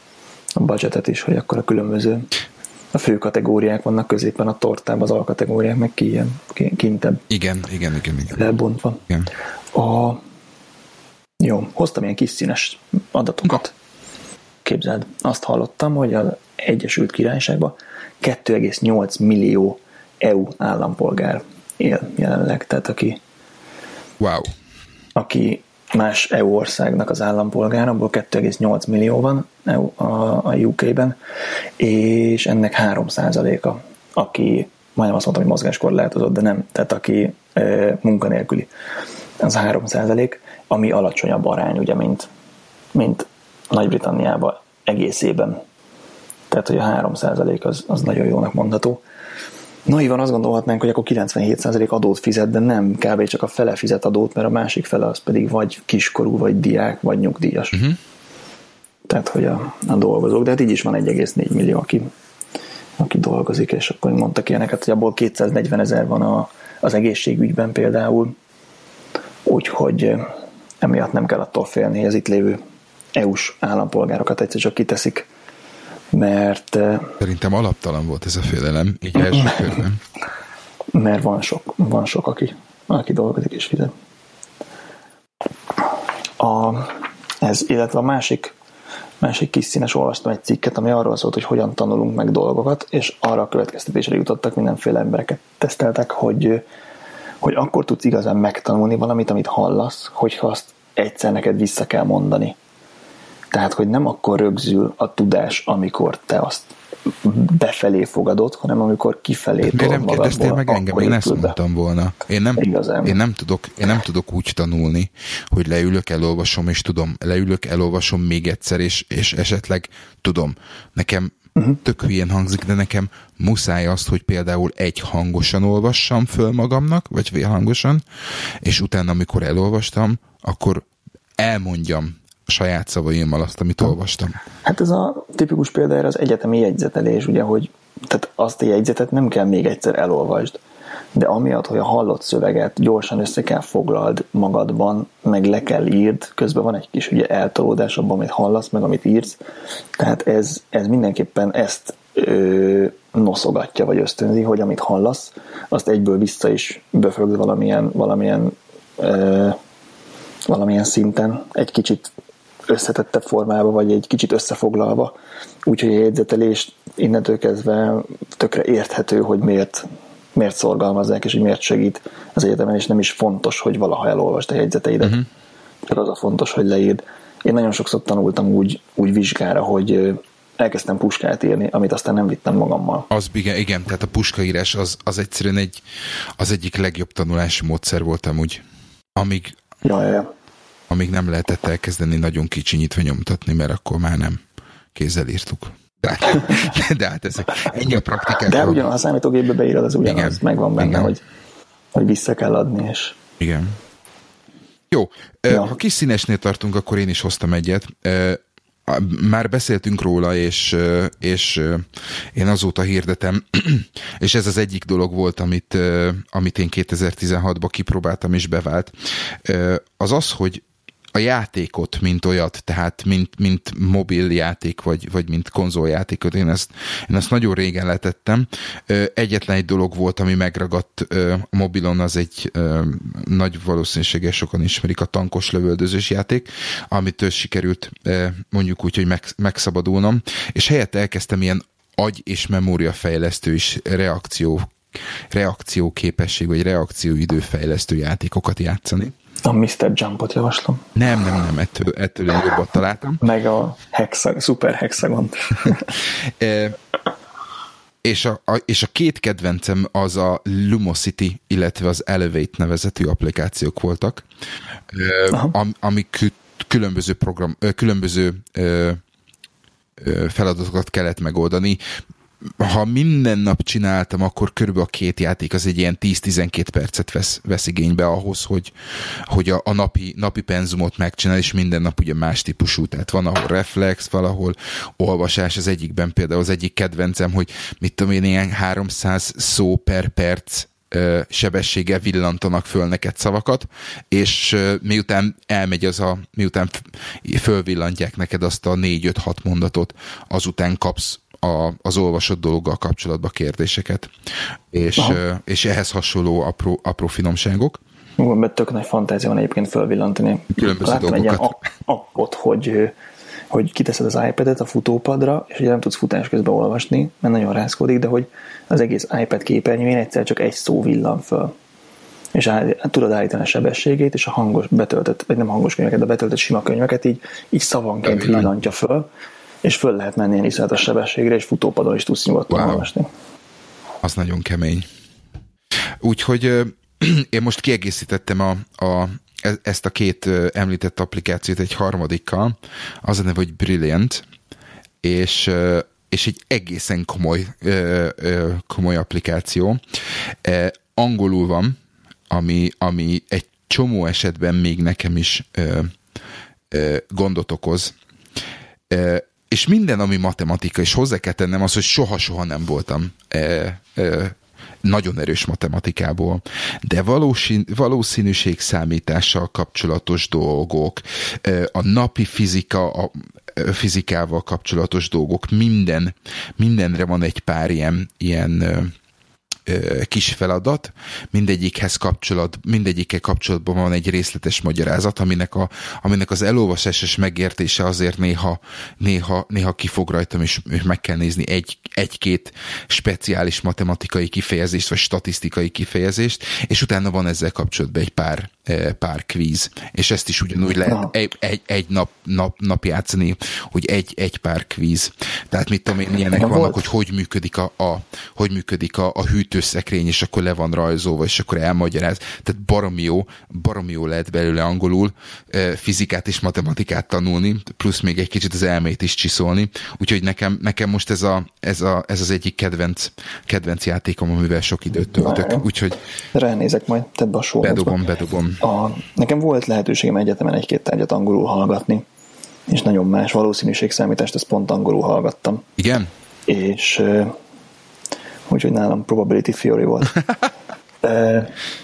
a budgetet is, hogy akkor a különböző a fő kategóriák vannak középen a tortában, az alkategóriák meg ki ilyen kintebb. Igen, igen, igen. igen. Lebontva. Igen. A, jó, hoztam ilyen kis színes adatokat. Képzeld, azt hallottam, hogy az Egyesült Királyságban kettő egész nyolc millió é u állampolgár él jelenleg, tehát aki, wow. aki más é u országnak az állampolgára, abból kettő egész nyolc millió van a, a u ká-ben, és ennek három százaléka, aki, majdnem azt mondtam, hogy mozgáskorlátozott, de nem, tehát aki e, munkanélküli. Az három százalék, ami alacsonyabb arány, ugye, mint, mint Nagy-Britanniában egészében. Tehát, hogy a három százalék az, az nagyon jónak mondható. Naivan azt gondolhatnánk, hogy akkor kilencvenhét százalék adót fizet, de nem, kb. Csak a fele fizet adót, mert a másik fele az pedig vagy kiskorú, vagy diák, vagy nyugdíjas. Uh-huh. Tehát, hogy a, a dolgozók, de hát így is van egy egész négy millió, aki, aki dolgozik, és akkor mondtak ilyeneket, hogy abból kétszáznegyven ezer van a, az egészségügyben például, úgyhogy emiatt nem kell attól félni, hogy az itt lévő é u-s állampolgárokat egyszer csak kiteszik, mert... Szerintem alaptalan volt ez a félelem, így első körben. Mert van sok, van sok aki, aki dolgozik és fizet. A, ez, illetve a másik, másik kis színes olvastam egy cikket, ami arról szólt, hogy hogyan tanulunk meg dolgokat, és arra a következtetésre jutottak, mindenféle embereket teszteltek, hogy, hogy akkor tudsz igazán megtanulni valamit, amit hallasz, hogyha azt egyszer neked vissza kell mondani. Tehát, hogy nem akkor rögzül a tudás, amikor te azt befelé fogadod, hanem amikor kifelé tudod magadból. Miért nem kérdeztél meg engem? Én ezt mondtam volna. Én nem, én, nem tudok, én nem tudok úgy tanulni, hogy leülök, elolvasom, és tudom, leülök, elolvasom még egyszer, és, és esetleg tudom. Nekem uh-huh. tök hülyén hangzik, de nekem muszáj azt, hogy például egy hangosan olvassam föl magamnak, vagy félhangosan, és utána, amikor elolvastam, akkor elmondjam saját szavaimmal azt, amit olvastam. Hát ez a tipikus példára az egyetemi jegyzetelés, ugye, hogy tehát azt a jegyzetet nem kell még egyszer elolvasd, de amiatt, hogy a hallott szöveget gyorsan össze kell foglald magadban, meg le kell írd, közben van egy kis ugye eltolódás abban, amit hallasz, meg amit írsz, tehát ez, ez mindenképpen ezt ö, noszogatja, vagy ösztönzi, hogy amit hallasz, azt egyből vissza is befögd valamilyen, valamilyen ö, valamilyen szinten, egy kicsit összetettebb formába, vagy egy kicsit összefoglalva. Úgyhogy a jegyzetelés innentől kezdve tökre érthető, hogy miért, miért szorgalmazzák, és hogy miért segít az egyetemen, és nem is fontos, hogy valaha elolvasd a jegyzeteidet. Uh-huh. Csak az a fontos, hogy leírd. Én nagyon sokszor tanultam úgy, úgy vizsgára, hogy elkezdtem puskát írni, amit aztán nem vittem magammal. Az igen, igen, tehát a puskaírás az, az egyszerűen egy, az egyik legjobb tanulási módszer volt amúgy. Amíg ja, ja, ja. amíg nem lehetett elkezdeni nagyon kicsinyítve nyomtatni, mert akkor már nem kézzel írtuk. De hát, de hát ezek ennyi a praktikák. De ugyan, ha számítógépbe beírod, az ugyanaz, igen, megvan benne, igen. hogy, hogy vissza kell adni. És... Igen. Jó, ja. Ha kis színesnél tartunk, akkor én is hoztam egyet. Már beszéltünk róla, és, és én azóta hirdetem, és ez az egyik dolog volt, amit, amit én kétezer-tizenhatban kipróbáltam és bevált. Az az, hogy a játékot, mint olyat, tehát mint, mint mobiljáték, vagy, vagy mint konzoljátékot, én ezt, én ezt nagyon régen letettem. Egyetlen egy dolog volt, ami megragadt a mobilon, az egy nagy valószínűséggel sokan ismerik, a tankos lövöldözős játék, amitől sikerült mondjuk úgy, hogy megszabadulnom, és helyett elkezdtem ilyen agy- és memóriafejlesztő is reakció, reakcióképesség, vagy reakcióidőfejlesztő játékokat játszani. A miszter Jumpot javaslom. Nem, nem, nem, ettől, ettől én jobbat találtam. Meg a hexag, Super Hexagont. e, és, a, a, és a két kedvencem az a Lumosity, illetve az Elevate nevezetű applikációk voltak, e, am, amik különböző program, különböző e, feladatokat kellett megoldani. Ha minden nap csináltam, akkor körülbelül a két játék az egy ilyen tíz-tizenkét percet vesz, vesz igénybe ahhoz, hogy, hogy a, a napi, napi penzumot megcsinál, és minden nap ugye más típusú. Tehát van, ahol reflex, valahol olvasás, az egyikben például az egyik kedvencem, hogy mit tudom én, ilyen háromszáz szó per perc sebességgel villantanak föl neked szavakat, és miután elmegy az a, miután fölvillantják neked azt a négy-öt-hat mondatot, azután kapsz A, az olvasott dologgal kapcsolatban kérdéseket, és, és ehhez hasonló apró, apró finomságok. Mert tök nagy fantázia van egyébként fölvillantani. Különböző Láttam dolgokat. Egy ilyen appot, hogy, hogy kiteszed az iPad-et a futópadra, és ugye nem tudsz futás közben olvasni, mert nagyon rázkodik, de hogy az egész iPad képernyőjén egyszer csak egy szó villan föl. És áll, tudod állítani a sebességét, és a hangos betöltött, vagy nem hangos könyveket, de betöltött sima könyveket így, így szavanként villantja föl, és föl lehet menni ilyen iszonyatos sebességre, és futópadon is tudsz nyugodtan wow. olvasni. Az nagyon kemény. Úgyhogy én most kiegészítettem a, a, ezt a két említett applikációt egy harmadikkal, az a neve, hogy Brilliant, és, és egy egészen komoly, komoly applikáció. Angolul van, ami, ami egy csomó esetben még nekem is gondot okoz. És minden, ami matematika, és hozzá kell tennem az, hogy soha-soha nem voltam e, e, nagyon erős matematikából, de valószín, valószínűségszámítással kapcsolatos dolgok, e, a napi fizika, a fizikával kapcsolatos dolgok, minden, mindenre van egy pár ilyen, ilyen kis feladat, mindegyikhez kapcsolat, mindegyikkel kapcsolatban van egy részletes magyarázat, aminek, a, aminek az elolvasásos megértése azért néha, néha, néha kifog rajtam, és meg kell nézni egy, egy-két speciális matematikai kifejezést, vagy statisztikai kifejezést, és utána van ezzel kapcsolatban egy pár, pár kvíz, és ezt is ugyanúgy lehet egy, egy, egy nap, nap, nap játszani, hogy egy, egy pár kvíz. Tehát mit tudom én, ilyenek vannak, volt. hogy hogy működik a, a, hogy működik a, a hűtőszekrény, és akkor le van rajzolva, és akkor elmagyaráz. Tehát baromi jó, baromi jó lehet belőle angolul fizikát és matematikát tanulni, plusz még egy kicsit az elmét is csiszolni. Úgyhogy nekem, nekem most ez, a, ez, a, ez az egyik kedvenc, kedvenc játékom, amivel sok időt töltök. Úgyhogy ránézek majd ebbe a sorozatba. Bedobom, bedobom. A, nekem volt lehetőségem egyetemen egy-két tárgyat angolul hallgatni, és nagyon más valószínűségszámítást, ezt pont angolul hallgattam. Igen? És úgyhogy nálam probability theory volt. de,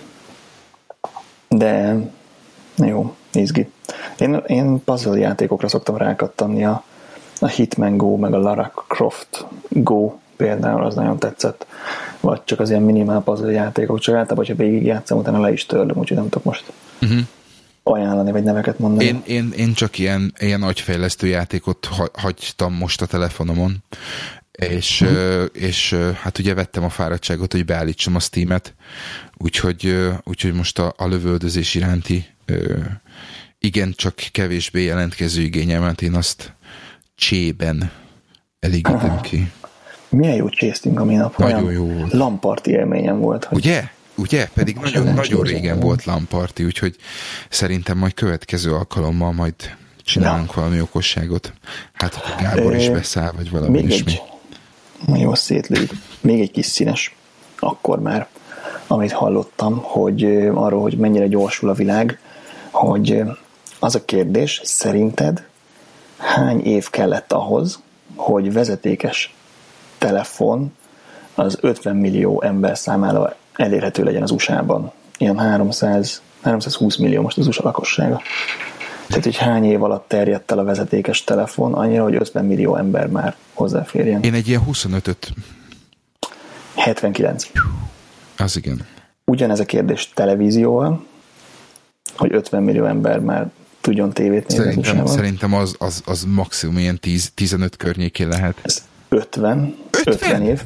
de jó, izgi. Én, én puzzle játékokra szoktam rákattanni, a, a Hitman Go, meg a Lara Croft Go például, az nagyon tetszett. Vagy csak az ilyen minimál puzzle játékok, csak általában, hogyha végigjátszom, utána le is törlöm, úgyhogy nem tudok most uh-huh. ajánlani, vagy neveket mondani. Én, én, én csak ilyen, ilyen agyfejlesztő játékot hagytam most a telefonomon, és, uh-huh. és hát ugye vettem a fáradtságot, hogy beállítsam a Steamet, úgyhogy, úgyhogy most a, a lövöldözés iránti igen, csak kevésbé jelentkező igényemet én azt csében elégítem uh-huh. ki. Milyen jót csésztünk a minap. Nagyon jó volt. Lamparti élményem volt. Hogy... Ugye? Ugye? Pedig nagyon, nagyon régen volt lamparti, úgyhogy szerintem majd következő alkalommal majd csinálunk ja. valami okosságot. Hát Gábor is beszáll, vagy valami még ismi. Egy, jó szétlőjük. Még egy kis színes. Akkor már, amit hallottam, hogy arról, hogy mennyire gyorsul a világ, hogy az a kérdés, szerinted hány év kellett ahhoz, hogy vezetékes telefon az ötven millió ember számára elérhető legyen az u es á-ban? Ilyen háromszáz, háromszázhúsz millió most az u es á lakossága. Tehát, hogy hány év alatt terjedt el a vezetékes telefon, annyira, hogy ötven millió ember már hozzáférjen. Én egy ilyen huszonötöt. hetvenkilenc. Az igen. Ugyanez a kérdés televízióval, hogy ötven millió ember már tudjon tévét nézni. Szerintem, szerintem az, az, az maximum ilyen tíz, tizenöt környékén lehet. Ez ötven, ötven év.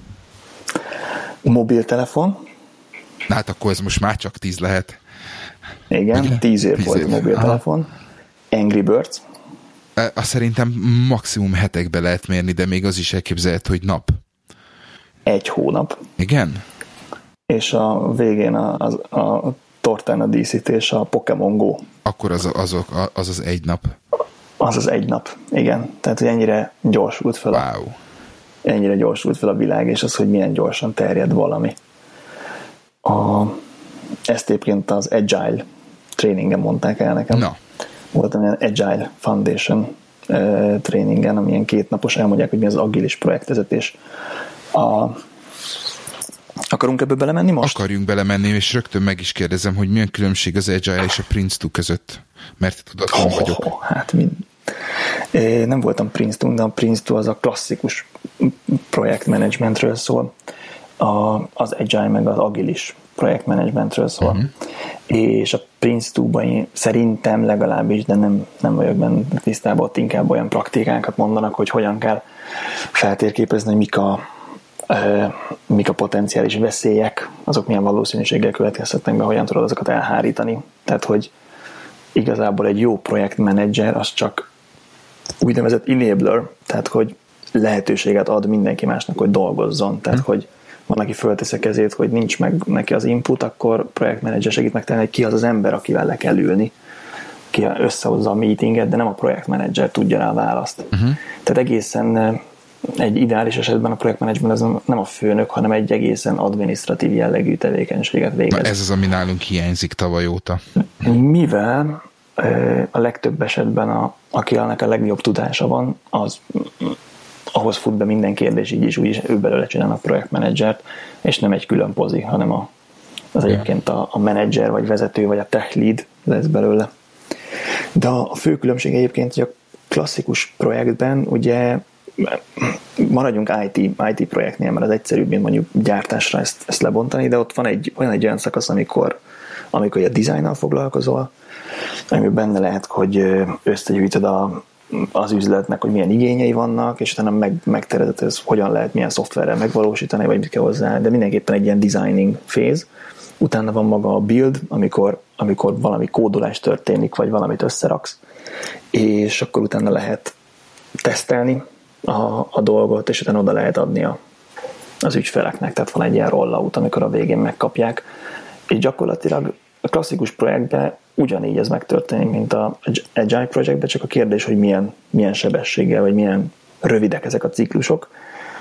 Mobiltelefon. Hát akkor ez most már csak tíz lehet. Igen, ugye? tíz év tíz volt év. a mobiltelefon. Aha. Angry Birds. Azt szerintem maximum hetekbe lehet mérni, de még az is elképzelhető, hogy nap. Egy hónap. Igen? És a végén a, a, a tortán a díszítés a Pokémon Go. Akkor az, azok, az az egy nap. Az az egy nap, igen. Tehát, hogy ennyire gyorsult fel a, wow. ennyire gyorsult fel a világ, és az, hogy milyen gyorsan terjed valami. A, ezt egyébként az Agile tréningen mondták el nekem. Na. Volt olyan Agile Foundation uh, tréningen, ami ilyen kétnapos, elmondják, hogy mi az agilis projektvezetés. A Akarunk ebbe belemenni most? Akarjunk belemenni, és rögtön meg is kérdezem, hogy milyen különbség az Agile és a Prince2 között. Mert tudatlan oh, vagyok. Oh, hát mind. É, nem voltam Prince2, de a Prince2 az a klasszikus projektmenedzsmentről szól. A, az Agile meg az agilis projektmenedzsmentről szól. Uh-huh. És a Prince2-ban szerintem legalábbis, de nem, nem vagyok benne tisztában, ott inkább olyan praktikákat mondanak, hogy hogyan kell feltérképezni, hogy mik a mik a potenciális veszélyek, azok milyen valószínűséggel következhetnek be, hogyan tudod azokat elhárítani. Tehát, hogy igazából egy jó projektmenedzser az csak úgynevezett enabler, tehát, hogy lehetőséget ad mindenki másnak, hogy dolgozzon. Tehát, hogy van, aki föltesz a kezét, hogy nincs meg neki az input, akkor projektmenedzser segít megtenni, hogy ki az az ember, akivel le kell ülni, ki összehozza a meetinget, de nem a projektmenedzser tudja rá a választ. Uh-huh. Tehát egészen egy ideális esetben a projektmenedzsment az nem a főnök, hanem egy egészen adminisztratív jellegű tevékenységet végez. Na ez az, ami nálunk hiányzik tavaly óta. Mivel a legtöbb esetben, a, akinek a legjobb tudása van, az ahhoz fut be minden kérdés, így is úgy is ő belőle csinál a projektmenedzsert, és nem egy külön pozi, hanem a, az egyébként a, a menedzser, vagy vezető, vagy a tech lead lesz belőle. De a, a fő különbség egyébként, hogy a klasszikus projektben ugye maradjunk i té, i té projektnél, mert az egyszerűbb, mint mondjuk gyártásra ezt, ezt lebontani, de ott van egy olyan, egy olyan szakasz, amikor, amikor a dizájnnal foglalkozol, amiben benne lehet, hogy összegyűjtöd a, az üzletnek, hogy milyen igényei vannak, és utána meg, megtervezed, ez hogyan lehet, milyen szoftverrel megvalósítani, vagy mit kell hozzá, de mindenképpen egy ilyen designing phase. Utána van maga a build, amikor, amikor valami kódolás történik, vagy valamit összeraksz, és akkor utána lehet tesztelni a, a dolgot, és utána oda lehet adni a, az ügyfeleknek, tehát van egy ilyen rollout, amikor a végén megkapják, és gyakorlatilag a klasszikus projektben ugyanígy ez megtörténik, mint a Agile projektben, csak a kérdés, hogy milyen, milyen sebességgel, vagy milyen rövidek ezek a ciklusok.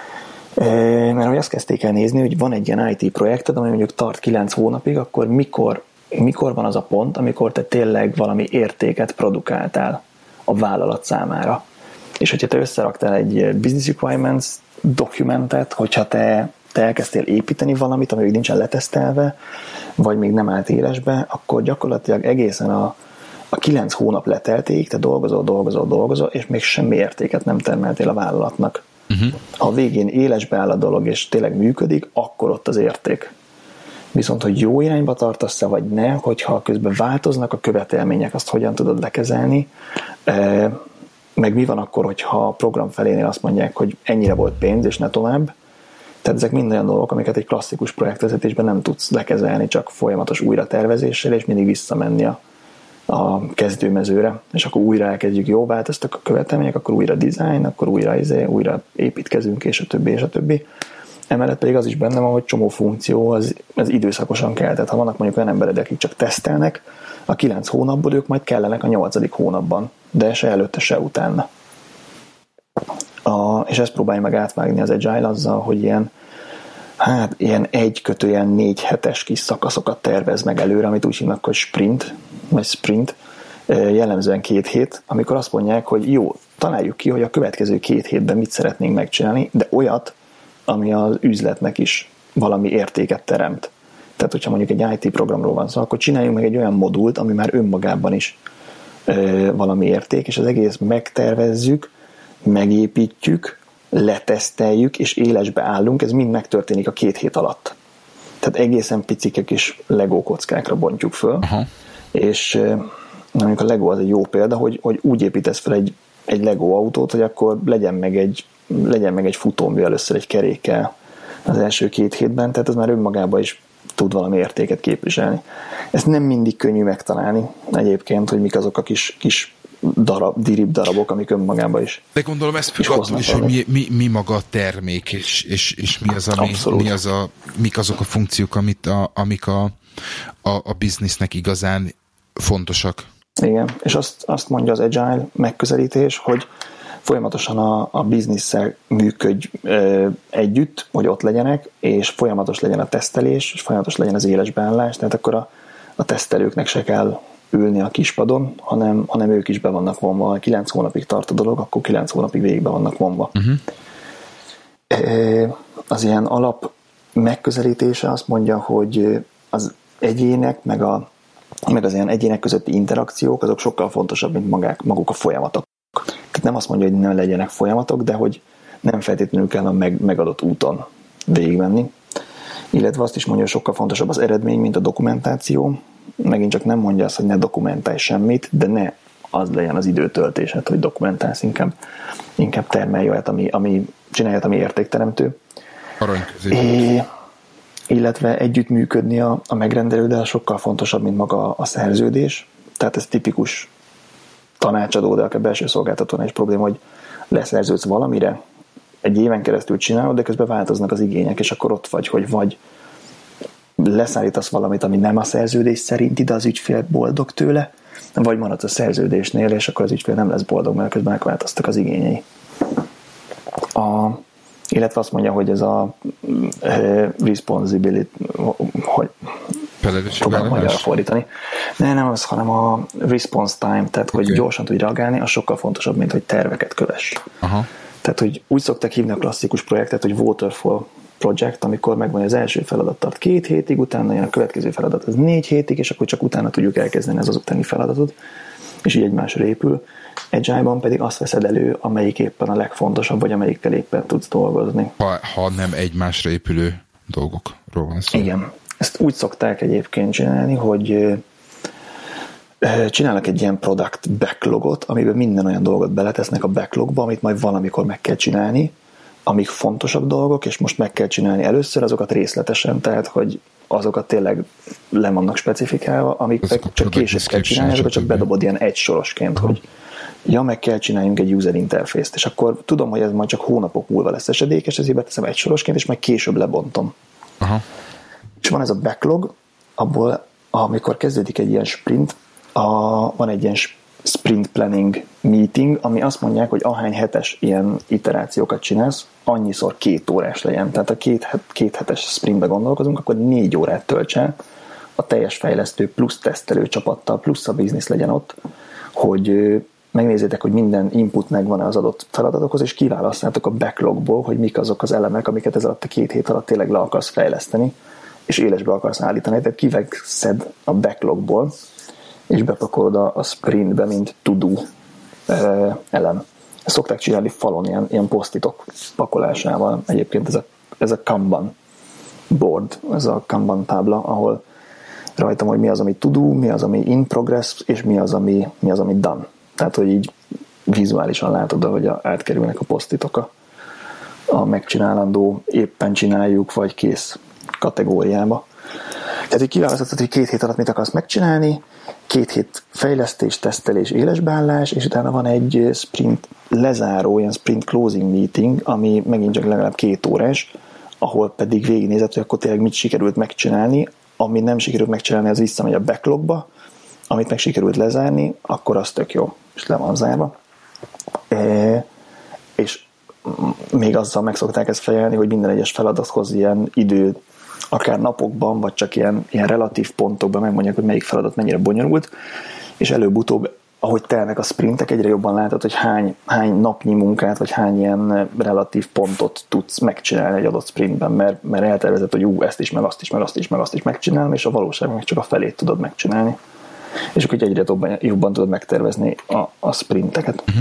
Mert hogy azt kezdték el nézni, hogy van egy ilyen i té projekted, ami mondjuk tart kilenc hónapig, akkor mikor, mikor van az a pont, amikor te tényleg valami értéket produkáltál a vállalat számára. És hogyha te összeraktál egy business requirements dokumentet, hogyha te, te elkezdtél építeni valamit, ami még nincsen letesztelve, vagy még nem állt élesbe, akkor gyakorlatilag egészen a, a kilenc hónap leteltéig te dolgozol, dolgozol, dolgozol, és még semmi értéket nem termeltél a vállalatnak. Uh-huh. Ha a végén élesbe áll a dolog, és tényleg működik, akkor ott az érték. Viszont, hogy jó irányba tartasz-e, vagy ne, hogyha közben változnak a követelmények, azt hogyan tudod lekezelni, meg mi van akkor, hogyha a program felénél azt mondják, hogy ennyire volt pénz, és ne tovább. Tehát ezek mind olyan dolgok, amiket egy klasszikus projektvezetésben nem tudsz lekezelni, csak folyamatos újratervezéssel, és mindig visszamenni a, a kezdőmezőre. És akkor újra elkezdjük, jó, változtak a követelmények, akkor újra design, akkor újra, izé, újra építkezünk, és a többi, és a többi. Emellett pedig az is benne van, hogy csomó funkció az, az időszakosan kell. Tehát ha vannak mondjuk olyan emberek, akik csak tesztelnek, a kilenc hónapból ők majd kellenek a nyolcadik hónapban, de se előtte, se utána. A, és ezt próbálja meg átvágni az Agile azzal, hogy ilyen, hát ilyen egy kötőjel négy hetes kis szakaszokat tervez meg előre, amit úgy hívnak, hogy sprint, vagy sprint, jellemzően két hét, amikor azt mondják, hogy jó, találjuk ki, hogy a következő két hétben mit szeretnénk megcsinálni, de olyat, ami az üzletnek is valami értéket teremt. Tehát, hogyha mondjuk egy i té programról van szó, akkor csináljunk meg egy olyan modult, ami már önmagában is ö, valami érték, és az egész megtervezzük, megépítjük, leteszteljük, és élesbe állunk, ez mind megtörténik a két hét alatt. Tehát egészen picike kis Lego kockákra bontjuk föl, aha. És ö, mondjuk a Lego az egy jó példa, hogy, hogy úgy építesz fel egy, egy Lego autót, hogy akkor legyen meg egy, legyen meg egy futómű először egy kerékkel az első két hétben, tehát ez már önmagában is tud valami értéket képviselni. Ezt nem mindig könnyű megtalálni egyébként, hogy mik azok a kis, kis darab, dirib darabok, amik önmagában is. De gondolom ez függ attól is, hogy mi, mi, mi maga a termék, és, és, és mi az, ami, mi az a, mik azok a funkciók, amit a, amik a, a, a biznisznek igazán fontosak. Igen, és azt, azt mondja az Agile megközelítés, hogy folyamatosan a, a bizniszsel működj ö, együtt, hogy ott legyenek, és folyamatos legyen a tesztelés, és folyamatos legyen az élesbeállás, tehát akkor a, a tesztelőknek se kell ülni a kispadon, hanem, hanem ők is be vannak vonva. Ha kilenc hónapig tart a dolog, akkor kilenc hónapig végig be vannak vonva. Uh-huh. Az ilyen alap megközelítése azt mondja, hogy az egyének, meg, a, meg az ilyen egyének közötti interakciók, azok sokkal fontosabb, mint magák, maguk a folyamatok. Tehát nem azt mondja, hogy nem legyenek folyamatok, de hogy nem feltétlenül kell a meg, megadott úton végigmenni. Illetve azt is mondja, hogy sokkal fontosabb az eredmény, mint a dokumentáció. Megint csak nem mondja azt, hogy ne dokumentálj semmit, de ne az legyen az időtöltésed, hogy dokumentálsz, inkább, inkább termelj olyat, ami, ami csinálját, ami értékteremtő. É, illetve együttműködni a, a megrendelőddel sokkal fontosabb, mint maga a szerződés. Tehát ez tipikus tanácsadó, de akár belső szolgáltatónál is probléma, hogy leszerződsz valamire, egy éven keresztül csinálod, de közben változnak az igények, és akkor ott vagy, hogy vagy leszállítasz valamit, ami nem a szerződés szerinti, de az ügyfél boldog tőle, vagy maradsz a szerződésnél, és akkor az ügyfél nem lesz boldog, mert közben megváltoztak az igényei. A, illetve azt mondja, hogy ez a uh, responsibility, hogy próbálom magyarra fordítani. Ne, nem az, hanem a response time, tehát okay. Hogy gyorsan tudj reagálni, az sokkal fontosabb, mint hogy terveket kövess. Aha. Tehát, hogy úgy szokták hívni a klasszikus projektet, hogy waterfall project, amikor megvan az első feladat tart két hétig, utána jön a következő feladat, az négy hétig, és akkor csak utána tudjuk elkezdeni az utáni feladatot, és így egymásra épül. Agile-ban pedig azt veszed elő, amelyik éppen a legfontosabb, vagy amelyikkel éppen tudsz dolgozni. Ha, ha nem egymásra épülő dolgokról van szó. Igen. Ezt úgy szokták egyébként csinálni, hogy csinálnak egy ilyen product backlogot, amiben minden olyan dolgot beletesznek a backlogba, amit majd valamikor meg kell csinálni, amik fontosabb dolgok, és most meg kell csinálni először azokat részletesen, tehát hogy azokat tényleg le vannak specifikálva, amik csak, csak később kell csinálni, azokat csak bedobod ilyen egy sorosként, uh-huh. Hogy ja, meg kell csináljunk egy user interface-t, és akkor tudom, hogy ez majd csak hónapok múlva lesz esedékes, ezért beteszem egy sorosként, és meg később lebontom. Uh-huh. És van ez a backlog, abból, amikor kezdődik egy ilyen sprint, a, van egy ilyen sprint planning meeting, ami azt mondják, hogy ahány hetes ilyen iterációkat csinálsz, annyiszor két órás legyen. Tehát a két, két hetes sprintbe gondolkozunk, akkor négy órát tölts el a teljes fejlesztő plusz tesztelő csapattal, plusz a biznisz legyen ott, hogy megnézzétek, hogy minden input megvan az adott feladatokhoz, és kiválasztjátok a backlogból, hogy mik azok az elemek, amiket ez alatt a két hét alatt tényleg le akarsz fejleszteni, és élesbe akarsz állítani. Tehát kiveszed a backlogból, és bepakolod a, a sprintbe, mint to-do uh, elem. Ezt szokták csinálni falon, ilyen, ilyen posztitok pakolásával. Egyébként ez a, ez a Kanban board, ez a Kanban tábla, ahol rajtam, hogy mi az, ami to-do, mi az, ami in progress, és mi az, ami, mi az, ami done. Tehát, hogy így vizuálisan látod, hogy átkerülnek a posztitok a, a megcsinálandó, éppen csináljuk, vagy kész kategóriába. Tehát, hogy kiválasztod, hogy két hét alatt mit akarsz megcsinálni, két hét fejlesztés, tesztelés, élesbeállás, és utána van egy sprint lezáró, ilyen sprint closing meeting, ami megint csak legalább két órás, ahol pedig végignézett, hogy akkor tényleg mit sikerült megcsinálni, ami nem sikerült megcsinálni, az visszamegy a backlogba, amit meg sikerült lezárni, akkor az tök jó, és le van zárva. E, és még azzal meg szokták ezt fejelni, hogy minden egyes feladathoz ilyen idő akár napokban, vagy csak ilyen, ilyen relatív pontokban megmondják, hogy melyik feladat mennyire bonyolult, és előbb-utóbb, ahogy telnek a sprintek, egyre jobban látod, hogy hány, hány napnyi munkát, vagy hány ilyen relatív pontot tudsz megcsinálni egy adott sprintben, mert, mert eltervezed, hogy ú, ezt is, meg azt is, meg azt is, meg azt is megcsinálom, és a valóságban meg csak a felét tudod megcsinálni. És akkor egyre jobban, jobban tudod megtervezni a, a sprinteket. Uh-huh.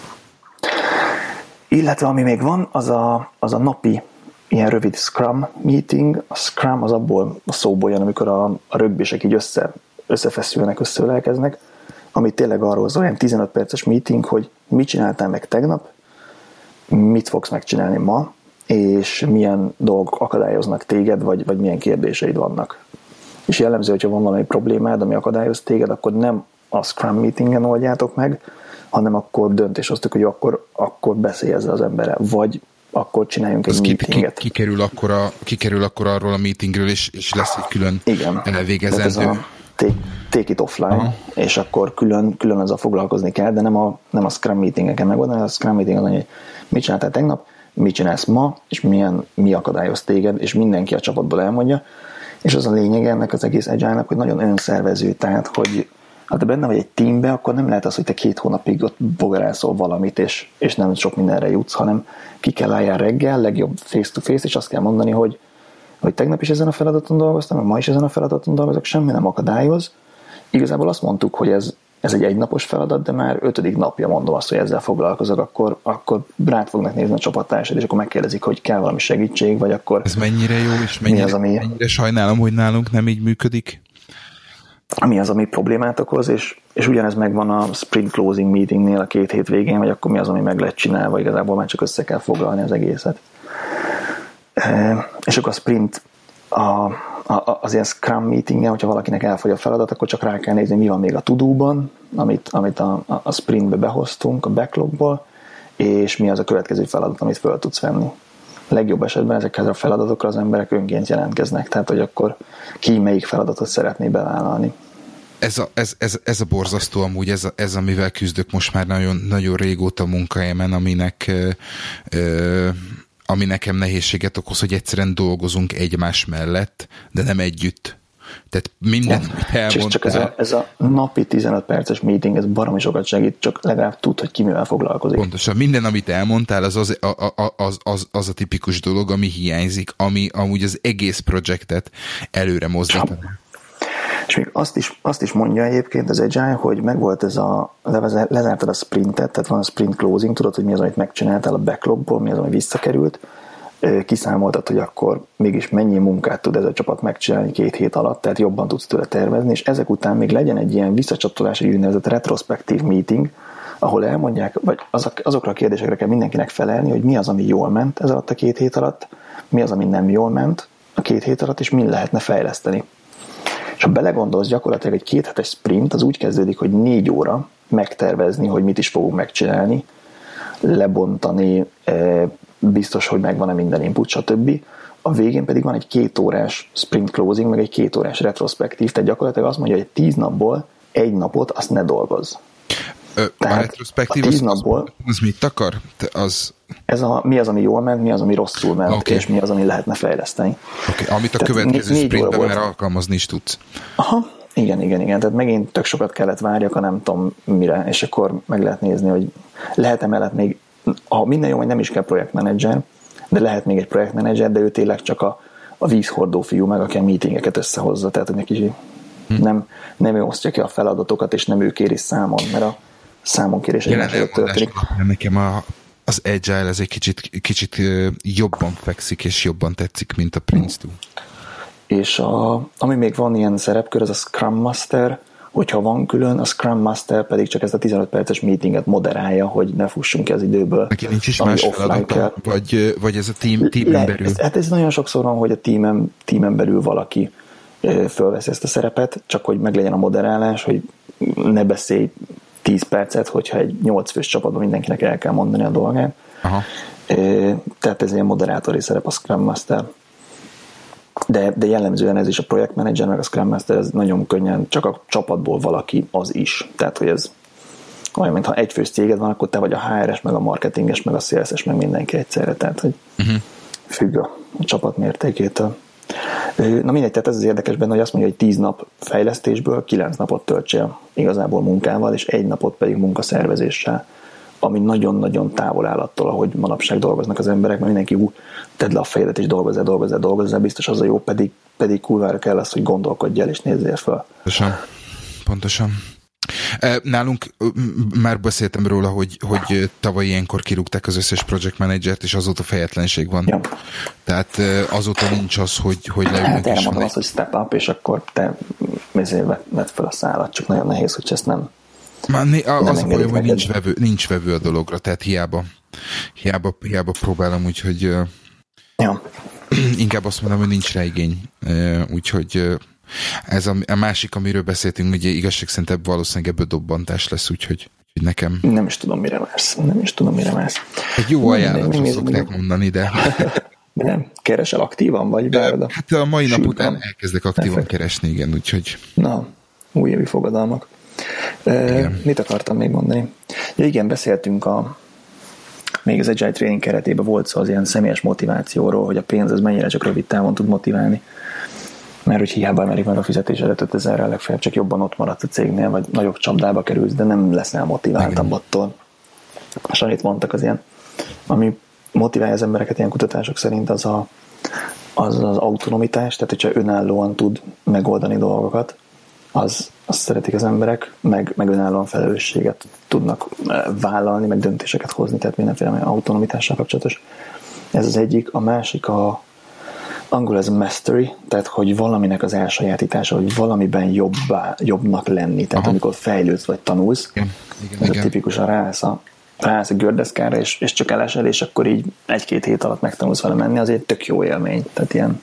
Illetve ami még van, az a, az a napi ilyen rövid Scrum meeting. A Scrum az abból a szóból jön, amikor a, a rögbisek így össze, összefeszülnek, összeölelkeznek, ami tényleg arról szól, olyan tizenöt perces meeting, hogy mit csináltál meg tegnap, mit fogsz megcsinálni ma, és milyen dolgok akadályoznak téged, vagy, vagy milyen kérdéseid vannak. És jellemző, hogyha van valami problémád, ami akadályoz téged, akkor nem a Scrum meetingen oldjátok meg, hanem akkor döntés hoztuk, hogy akkor, akkor beszélj ezzel az emberrel, vagy akkor csináljunk egy meetinget. Ki, kikerül, akkor a, kikerül akkor arról a meetingről, és, és lesz egy külön igen, elvégezendő. Take, take it offline, aha. És akkor külön, külön ezzel foglalkozni kell, de nem a, nem a Scrum meetingeken megoldani, a Scrum meeting az, hogy mit csináltál tegnap, mit csinálsz ma, és milyen, mi akadályoz téged, és mindenki a csapatból elmondja. És az a lényeg ennek az egész Agile-nak, hogy nagyon önszervező, tehát, hogy ha te benne vagy egy teambe, akkor nem lehet az, hogy te két hónapig ott bogarászol valamit, és, és nem sok mindenre jutsz, hanem ki kell álljál reggel, legjobb face-to-face, és azt kell mondani, hogy, hogy tegnap is ezen a feladaton dolgoztam, ma is ezen a feladaton dolgozok, semmi nem akadályoz. Igazából azt mondtuk, hogy ez, ez egy egynapos feladat, de már ötödik napja mondom azt, hogy ezzel foglalkozok, akkor, akkor rád fognak nézni a csapattársad, és akkor megkérdezik, hogy kell valami segítség, vagy akkor... Ez mennyire jó, és mennyire, mi az, ami, mennyire sajnálom, hogy nálunk nem így működik? Mi az, ami problémát okoz, és, és ugyanez megvan a sprint closing meetingnél a két hét végén, vagy akkor mi az, ami meg lett csinálva, igazából már csak össze kell foglalni az egészet. E, és akkor a sprint a, a, az ilyen Scrum meetingen, hogyha valakinek elfogy a feladat, akkor csak rá kell nézni, mi van még a to-do-ban, amit, amit a, a sprintbe behoztunk, a backlogból, és mi az a következő feladat, amit föl tudsz venni. Legjobb esetben ezekhez a feladatokra az emberek önként jelentkeznek, tehát hogy akkor ki melyik feladatot szeretné bevállalni. Ez a, ez, ez, ez a borzasztó amúgy, ez, a, ez amivel küzdök most már nagyon, nagyon régóta a munkahelyemen, aminek ö, ö, ami nekem nehézséget okoz, hogy egyszerűen dolgozunk egymás mellett, de nem együtt. Tehát mindent, ja, amit elmondtál. Csak ez a, ez a napi tizenöt perces meeting, ez baromi sokat segít, csak legalább tud, hogy ki mivel foglalkozik. Pontosan. Minden, amit elmondtál, az az, az, az, az, az a tipikus dolog, ami hiányzik, ami amúgy az egész projektet előre mozdít. És még azt is, azt is mondja egyébként az Agile, hogy megvolt ez a, lezártad a sprintet, tehát van a sprint closing, tudod, hogy mi az, amit megcsináltál a backlogból, mi az, ami visszakerült, kiszámoltad, hogy akkor mégis mennyi munkát tud ez a csapat megcsinálni két hét alatt, tehát jobban tudsz tőle tervezni, és ezek után még legyen egy ilyen visszacsatolás, egy úgynevezett retrospektív meeting, ahol elmondják, vagy azok, azokra a kérdésekre kell mindenkinek felelni, hogy mi az, ami jól ment ez alatt a két hét alatt, mi az, ami nem jól ment a két hét alatt, és min lehetne fejleszteni. És ha belegondolsz, gyakorlatilag egy két hetes sprint az úgy kezdődik, hogy négy óra megtervezni, hogy mit is fogunk megcsinálni, lebontani, biztos, hogy megvan-e minden input, stb. A végén pedig van egy két órás sprint closing, meg egy két órás retrospektív, tehát gyakorlatilag azt mondja, hogy tíz napból egy napot azt ne dolgozz. Ö, a retrospektív, a tíz az, napból, az, az mit akar? Az... Ez a, mi az, ami jól ment, mi az, ami rosszul ment, okay. És mi az, ami lehetne fejleszteni. Okay. Amit a tehát következő sprintben már alkalmazni is tudsz. Aha, igen, igen, igen. Tehát megint tök sokat kellett várjak, a nem tudom mire, és akkor meg lehet nézni, hogy lehet emellett még, ha minden jó, hogy nem is kell projektmenedzser, de lehet még egy projektmenedzser, de ő tényleg csak a, a vízhordó fiú meg, aki a meetingeket összehozza, tehát hogy neki hm. nem, nem ő osztja ki a feladatokat, és nem ő kéri számon, mert a számonkérés egymásra történik. Nekem a, az Agile ez egy kicsit, kicsit jobban fekszik, és jobban tetszik, mint a Prince kettő. És a, ami még van ilyen szerepkör, az a Scrum Master, hogyha van külön, a Scrum Master pedig csak ezt a tizenöt perces meetinget moderálja, hogy ne fussunk ki az időből. Neki nincs is más feladata, vagy, vagy ez a team, teamen Le, belül? Ez, hát ez nagyon sokszor van, hogy a teamen, teamen belül valaki fölveszi ezt a szerepet, csak hogy meglegyen a moderálás, hogy ne beszélj tíz percet, hogyha egy nyolc fős csapatban mindenkinek el kell mondani a dolgát. Aha. Tehát ez ilyen moderátori szerep a Scrum Master. De, de jellemzően ez is a projektmenedzser, meg a Scrum Master, ez nagyon könnyen, csak a csapatból valaki az is. Tehát, hogy ez olyan, mintha egyfős céged van, akkor te vagy a há er es, meg a marketinges, meg a szélszes, meg mindenki egyszerre. Tehát, hogy uh-huh. függ a, a csapat mértékétől. Na mindegy, tehát ez az érdekes benne, hogy azt mondja, hogy tíz nap fejlesztésből kilenc napot töltsél igazából munkával, és egy napot pedig munkaszervezéssel, ami nagyon-nagyon távol áll attól, ahogy manapság dolgoznak az emberek, mert mindenki ú, tedd le a fejedet és dolgozzál, dolgozzál, dolgozzál, biztos az a jó, pedig, pedig kurvára kell az, hogy gondolkodj el és nézzél fel. Pontosan. Pontosan. Nálunk már beszéltem róla, hogy, hogy tavaly ilyenkor kirúgták az összes project managert, és azóta fejetlenség van. Ja. Tehát azóta nincs az, hogy, hogy leülnek. Hát erre mondom azt, hogy step up, és akkor te ezért vedd fel a szállat, csak nagyon nehéz, hogy ezt nem Már né, az nem a bajom, hogy nincs vevő, nincs vevő a dologra, tehát hiába, hiába, hiába próbálom, úgyhogy ja. Inkább azt mondom, hogy nincs rá igény, úgyhogy ez a, a másik, amiről beszéltünk, ugye igazság szerint valószínűleg ebből dobbantás lesz, úgyhogy, úgyhogy nekem... Nem is tudom, mire vársz. Nem is tudom, mire vársz. Egy jó ajánlatot szokták még... mondani, de... de nem? Keresel aktívan, vagy várod? Hát a mai nap után elkezdek aktívan Effekt. keresni, igen, úgyhogy... Na, újévi fogadalmak. E, mit akartam még mondani? Ja, igen, beszéltünk a... Még az Agile Training keretében volt szó az ilyen személyes motivációról, hogy a pénz az mennyire csak rövid távon tud motiválni. Mert hogy hiába emelik meg a fizetésedet ötezerrel, legfeljebb csak jobban ott maradsz a cégnél, vagy nagyobb csapdába kerülsz, de nem leszel motiváltabb attól. És amit mondtak, az ilyen, ami motiválja az embereket ilyen kutatások szerint, az a, az, az autonomitás, tehát hogyha önállóan tud megoldani dolgokat, az, azt szeretik az emberek, meg, meg önállóan felelősséget tudnak vállalni, meg döntéseket hozni, tehát mindenféle autonomitással kapcsolatos. Ez az egyik. A másik a angol ez a mastery, tehát hogy valaminek az elsajátítása, hogy valamiben jobbá, jobbnak lenni, tehát Aha. amikor fejlődsz vagy tanulsz, igen, igen, ez igen. a tipikusan ráállsz a, ráállsz a gördeszkára, és, és csak elesel, és akkor így egy-két hét alatt megtanulsz vele menni, az egy tök jó élmény, tehát ilyen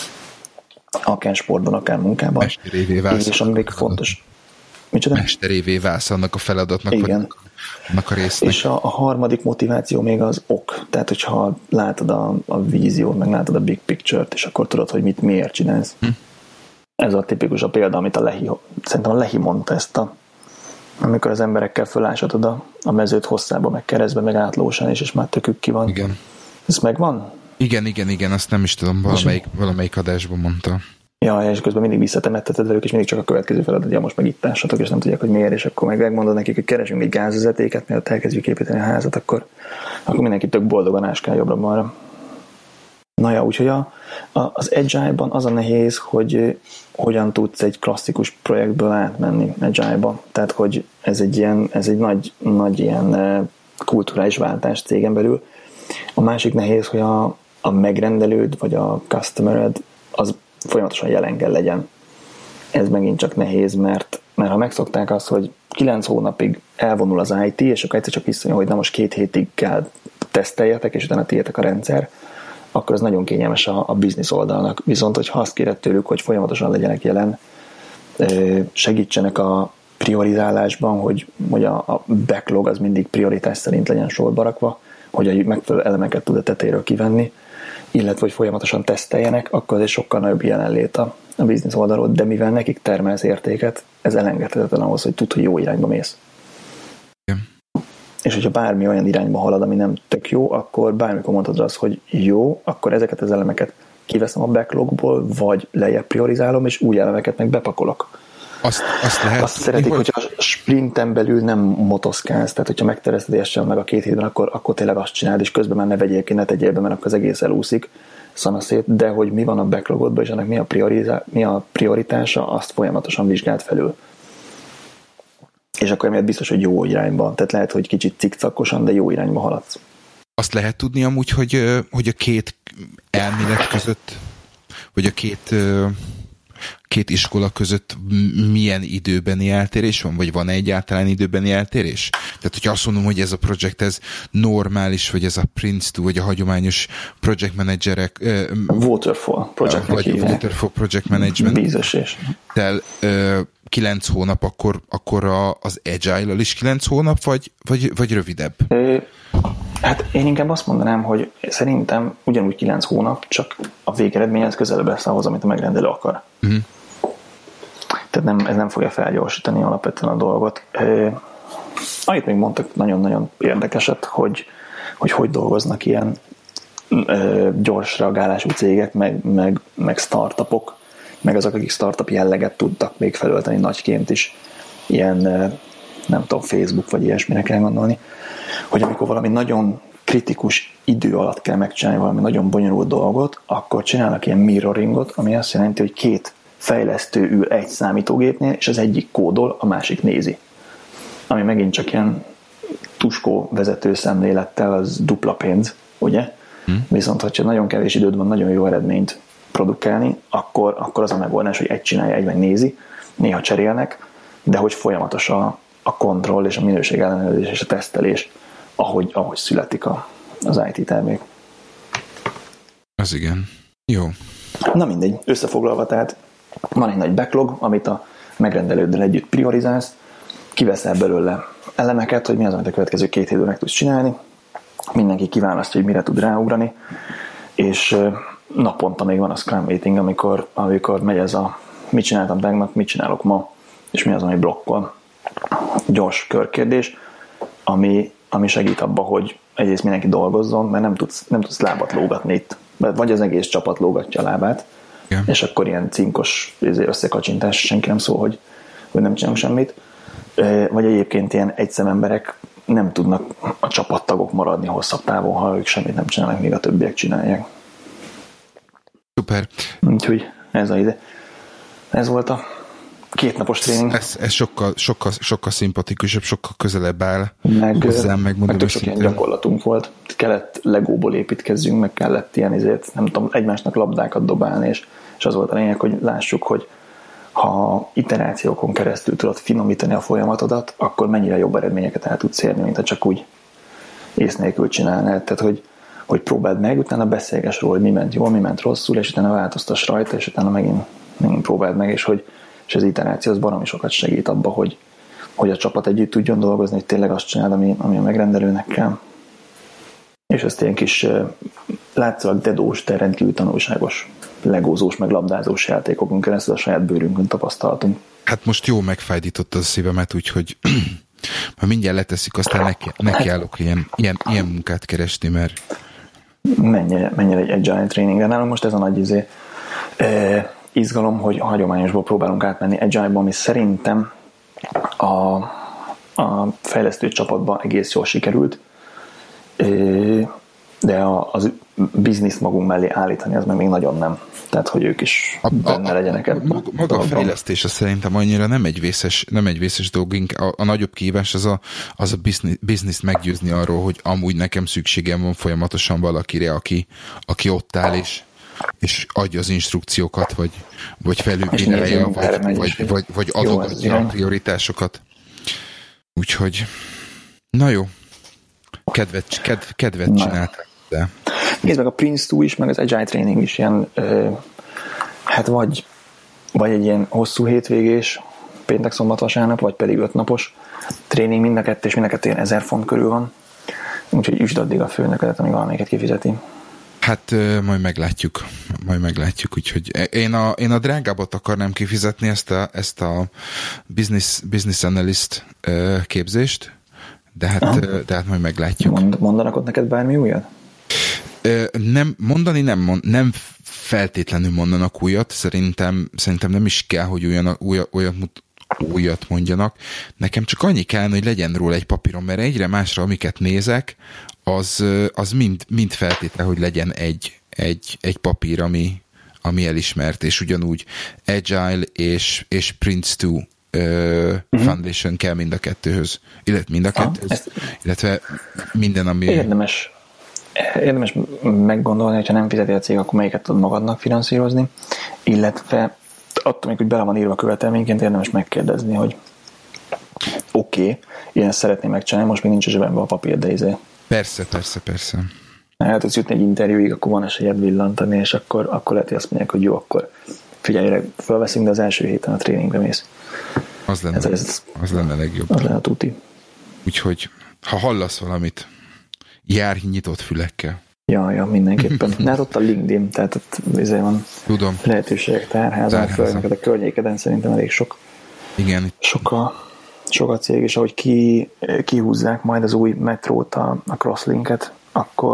akár sportban, akár munkában. Mesterévé válsz. És ami még fontos. Micsoda? Mesterévé válsz annak a feladatnak, igen. annak a résznek. És a, a harmadik motiváció még az ok. Tehát, hogyha látod a, a víziót, meg látod a big picture-t, és akkor tudod, hogy mit miért csinálsz. Hm. Ez a tipikus a példa, amit a Lehi, szerintem a Lehi mondta ezt a, amikor az emberekkel fölásatod a, a mezőt hosszába, meg keresztbe, meg átlósan is, és már tökük ki van. Igen. Ez megvan? Igen, igen, igen, azt nem is tudom, valamelyik, valamelyik adásban mondta. Ja, és közben mindig visszatemetteted velük, és mindig csak a következő feladat, ja, most meg itt társatok, és nem tudják, hogy miért, és akkor meg megmondod nekik, hogy keresünk egy gázvezetéket, mielőtt elkezdjük építeni a házat, akkor, akkor mindenki tök boldogan áskál jobbra-balra. Na ja, úgyhogy a, a, az Agile-ban az a nehéz, hogy hogyan tudsz egy klasszikus projektből átmenni Agile-ba. Tehát, hogy ez egy ilyen, ez egy nagy, nagy ilyen kulturális váltás cégen belül. A másik nehéz, hogy a, a megrendelőd, vagy a customered, az folyamatosan jelen kell legyen. Ez megint csak nehéz, mert, mert ha megszokták azt, hogy kilenc hónapig elvonul az i té, és akkor egyszer csak visszajön, hogy na most két hétig kell teszteljetek, és utána tiétek a rendszer, akkor ez nagyon kényelmes a, a biznisz oldalnak. Viszont, hogyha azt kéred tőlük, hogy folyamatosan legyenek jelen, segítsenek a priorizálásban, hogy, hogy a, a backlog az mindig prioritás szerint legyen sorba rakva, hogy a megfelelő elemeket tud a tetéről kivenni, illetve hogy folyamatosan teszteljenek, akkor ez egy sokkal nagyobb jelenlét a, a biznisz oldalról, de mivel nekik termelsz értéket, ez elengedhetetlen ahhoz, hogy tudd, hogy jó irányba mész. Igen. És hogyha bármi olyan irányba halad, ami nem tök jó, akkor bármikor mondhatod azt, hogy jó, akkor ezeket az elemeket kiveszem a backlogból, vagy lejjebb priorizálom, és új elemeket meg bepakolok. Azt, azt, lehet, azt szeretik, hogy a sprinten belül nem motoszkálsz, tehát hogyha megtervezted értsen meg a két hétben, akkor, akkor tényleg azt csináld, és közben már ne vegyél ki, ne tegyél be, mert akkor az egész elúszik szanaszét, de hogy mi van a backlogodban, és ennek mi a, mi a prioritása, azt folyamatosan vizsgáld felül. És akkor emiatt biztos, hogy jó irányba. Tehát lehet, hogy kicsit cikcakosan, de jó irányba haladsz. Azt lehet tudni amúgy, hogy, hogy a két elmélet között, vagy a két... két iskola között milyen időbeni eltérés van, vagy van egyáltalán időbeni eltérés? Tehát, hogyha azt mondom, hogy ez a projekt, ez normális, vagy ez a Prince kettő, vagy a hagyományos project managerek... Waterfall project Vagy a Waterfall project management. Bízesés. Tel kilenc hónap, akkor, akkor a, az Agile-al is kilenc hónap, vagy, vagy, vagy rövidebb? É, hát én inkább azt mondanám, hogy szerintem ugyanúgy kilenc hónap, csak a végeredményhez közelebb lesz ahhoz, amit a megrendelő akar. Uh-huh. Tehát nem, ez nem fogja felgyorsítani alapvetően a dolgot. É, amit még mondtak, nagyon-nagyon érdekeset, hogy hogy, hogy dolgoznak ilyen gyors reagálású cégek, meg, meg, meg startupok, meg azok, akik startup jelleget tudtak még felölteni nagyként is, ilyen, nem tudom, Facebook vagy ilyesmire kell gondolni, hogy amikor valami nagyon kritikus idő alatt kell megcsinálni valami nagyon bonyolult dolgot, akkor csinálnak ilyen mirroringot, ami azt jelenti, hogy két fejlesztő ül egy számítógépnél, és az egyik kódol, a másik nézi. Ami megint csak ilyen tuskó vezető szemlélettel az dupla pénz, ugye? Hmm. Viszont, hogyha nagyon kevés időd van nagyon jó eredményt produkálni, akkor, akkor az a megoldás, hogy egy csinálja, egy meg nézi, néha cserélnek, de hogy folyamatos a, a kontroll és a minőség ellenőrzés és a tesztelés, ahogy, ahogy születik a, az i té termék. Az igen. Jó. Na mindegy, összefoglalva, tehát van egy nagy backlog, amit a megrendelőddel együtt priorizálsz, kiveszel belőle elemeket, hogy mi az, amit a következő két hétben meg tudsz csinálni, mindenki kiválasztja, hogy mire tud ráugrani, és naponta még van a Scrum meeting, amikor, amikor megy ez a mit csináltam tegnap, mit csinálok ma, és mi az, ami blokkol. Gyors körkérdés, ami, ami segít abba, hogy egyrészt mindenki dolgozzon, mert nem tudsz, nem tudsz lábat lógatni itt. Vagy az egész csapat lógatja a lábát, yeah. És akkor ilyen cinkos összekacsintás, senki nem szól, hogy, hogy nem csinálunk semmit. Vagy egyébként ilyen egyszememberek nem tudnak a csapattagok maradni hosszabb távon, ha ők semmit nem csinálnak, míg a többiek csinálják. Szuper. Úgyhogy ez a ide. Ez volt a kétnapos tréning. Ez, ez sokkal, sokkal, sokkal szimpatikusabb, sokkal közelebb áll meg, hozzám, megmondom meg tök sok ilyen gyakorlatunk volt. Kellett legóból építkezzünk, meg kellett ilyen izért, nem tudom, egymásnak labdákat dobálni, és, és az volt a lényeg, hogy lássuk, hogy ha iterációkon keresztül tudod finomítani a folyamatodat, akkor mennyire jobb eredményeket el tudsz érni, mint ha csak úgy ész nélkül csinálnád. Tehát, hogy, hogy próbáld meg, utána beszélgess róla, hogy mi ment jól, mi ment rosszul, és utána változtass rajta, és utána megint, megint próbáld meg, és hogy és az iteráció az baromi sokat segít abba, hogy, hogy a csapat együtt tudjon dolgozni, hogy tényleg azt csináld, ami, ami a megrendelőnek kell. És ezt ilyen kis látszólag dedós, de rendkívül tanulságos, legózós, meg labdázós játékokon keresztül a saját bőrünkön tapasztaltunk. Hát most jó megfájdította a szívemet, úgyhogy ha mindjárt leteszik, aztán neki, nekiállok ilyen, ilyen, ilyen munkát keresni, mert... Menj, menj el egy agile trainingre. Nálam most ez a nagy izé, e, izgalom, hogy a hagyományosból próbálunk átmenni agile-ba, ami szerintem a, a fejlesztő csapatban egész jól sikerült, e, de a, az bizniszt magunk mellé állítani, az meg még nagyon nem. Tehát, hogy ők is a, benne legyenek. A, a, maga, maga a fejlesztés szerintem annyira nem egy vészes, nem egy vészes dolgunk. A, a nagyobb kihívás az a, az a bizniszt meggyőzni arról, hogy amúgy nekem szükségem van folyamatosan valakire, aki, aki ott áll, és, és adja az instrukciókat, vagy, vagy felülbírálja, vagy, vagy, vagy, vagy, vagy adogatja a prioritásokat. Úgyhogy, na jó, kedvet, kedv, kedvet csinálták. De. Nézd meg, a Prince kettő is, meg az Agile Training is ilyen, ö, hát vagy, vagy egy ilyen hosszú hétvégés, péntek, szombat, vasárnap, vagy pedig ötnapos tréning, mind a kettő, és mind a kettő ilyen ezer font körül van. Úgyhogy üsd addig a főnökedet, amíg valamelyiket kifizeti. Hát majd meglátjuk, majd meglátjuk, úgyhogy én a, én a drágábbat akarnám kifizetni, ezt a, ezt a business, business analyst képzést, de hát, de hát majd meglátjuk. Mond, mondanak ott neked bármi újat? Nem, mondani nem, mond, nem feltétlenül mondanak újat, szerintem, szerintem nem is kell, hogy olyan, újat, újat, újat mondjanak. Nekem csak annyi kell, hogy legyen róla egy papíron, mert egyre másra, amiket nézek, az, az mind, mind feltétel, hogy legyen egy, egy, egy papír, ami, ami elismert, és ugyanúgy Agile és, és Prince kettő uh, uh-huh. Foundation kell mind a kettőhöz, illetve mind a kettőhöz, ah, illetve minden, ami... Érdemes, érdemes meggondolni, hogyha nem fizeti a cég, akkor melyiket tud magadnak finanszírozni, illetve attól még, hogy bele van írva követelményként, érdemes megkérdezni, hogy oké, okay, én ezt szeretném megcsinálni, most még nincs a zsebemben a papír, de izé. Persze, persze, persze. El tudsz jutni egy interjúig, akkor van esélyed villantani, és akkor, akkor lehet, hogy azt mondják, hogy jó, akkor figyelj, felveszünk, de az első héten a tréningbe mész. Az lenne, ez, ez, az lenne legjobb. Az lenne a tuti. Úgyhogy, ha hallasz valamit, járj nyitott fülekkel. Ja, ja, mindenképpen. De hát ott a LinkedIn, tehát ott azért van Tudom. lehetőségek tárházan, főleg a környékeden szerintem elég sok. Igen. Sok a, sok a cég, és ahogy ki, kihúzzák majd az új metrót, a, a Crosslinket, akkor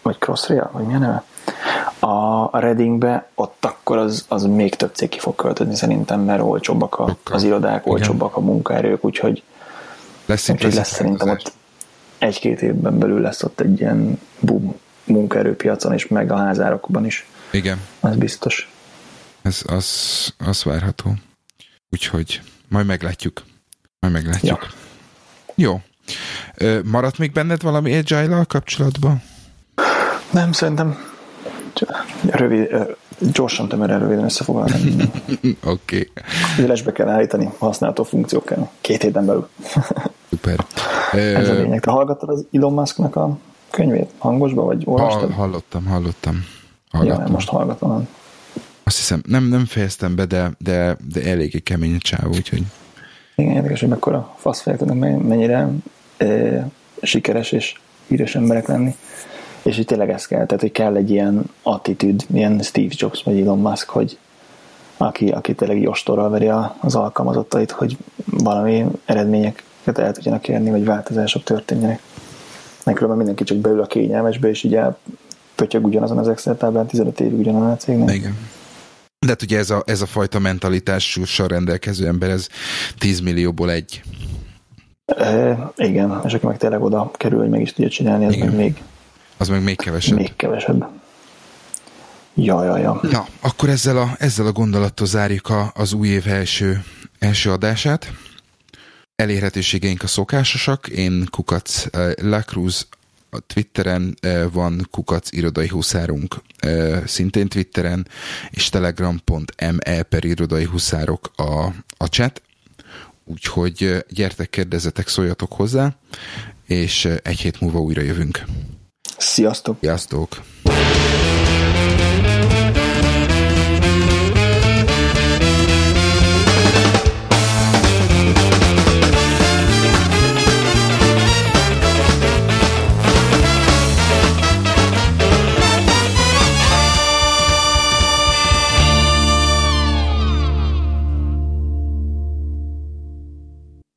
vagy Crossrail, vagy milyen neve? A, a Readingbe ott akkor az, az még több cég ki fog költözni szerintem, mert olcsóbbak a, az irodák, olcsóbbak igen. a munkaerők, úgyhogy lesz, úgyhogy lesz szerintem ott egy-két évben belül lesz ott egy ilyen boom munkaerőpiacon is, meg a házárakban is. Igen. Ez biztos. Ez az, az várható. Úgyhogy majd meglátjuk. Majd meglátjuk. Ja. Jó. Maradt még benned valami Agile-al kapcsolatban? Nem, szerintem rövid, gyorsan tömören röviden összefoglalni. Oké. Okay. Élesbe kell állítani, használható funkciókkal. Két héten belül. Szuper. Ez a lényeg. Te hallgattad az Elon Musknak a könyvét hangosba, vagy olvastad? Hall, hallottam, hallottam. hallottam. Ja, most hallgatom. Azt hiszem, nem, nem fejeztem be, de, de, de eléggé kemény a csávó, úgyhogy... Igen, érdekes, hogy mekkora faszfejek tudnak mennyire e, sikeres és híres emberek lenni. És így tényleg ez kell, tehát hogy kell egy ilyen attitűd, ilyen Steve Jobs vagy Elon Musk, hogy aki, aki tényleg így ostorral veri az alkalmazottait, hogy valami eredményeket el tudjanak érni, vagy változások történjenek. Megkülönben mindenki csak beül a kényelmesbe, és így elpötyög ugyanazon az Excel táblán tizenöt évig ugyanazon a cégnek. Igen. De hát ugye ez a, ez a fajta mentalitással rendelkező ember, ez tíz millióból egy. E, igen, és aki meg tényleg oda kerül, hogy meg is tudja csinálni, az igen. meg még az meg még kevesebb. Még kevesebb. Ja, ja, ja. Na, akkor ezzel a, ezzel a gondolattal zárjuk a, az új év első, első adását. Elérhetőségeink a szokásosak. Én Kukac Lacruz, a Twitteren van Kukac irodai huszárunk, szintén Twitteren, és telegram pont me per irodai huszárok a, a chat. Úgyhogy gyertek, kérdezzetek, szóljatok hozzá, és egy hét múlva újra jövünk. Sziasztok! Sziasztok!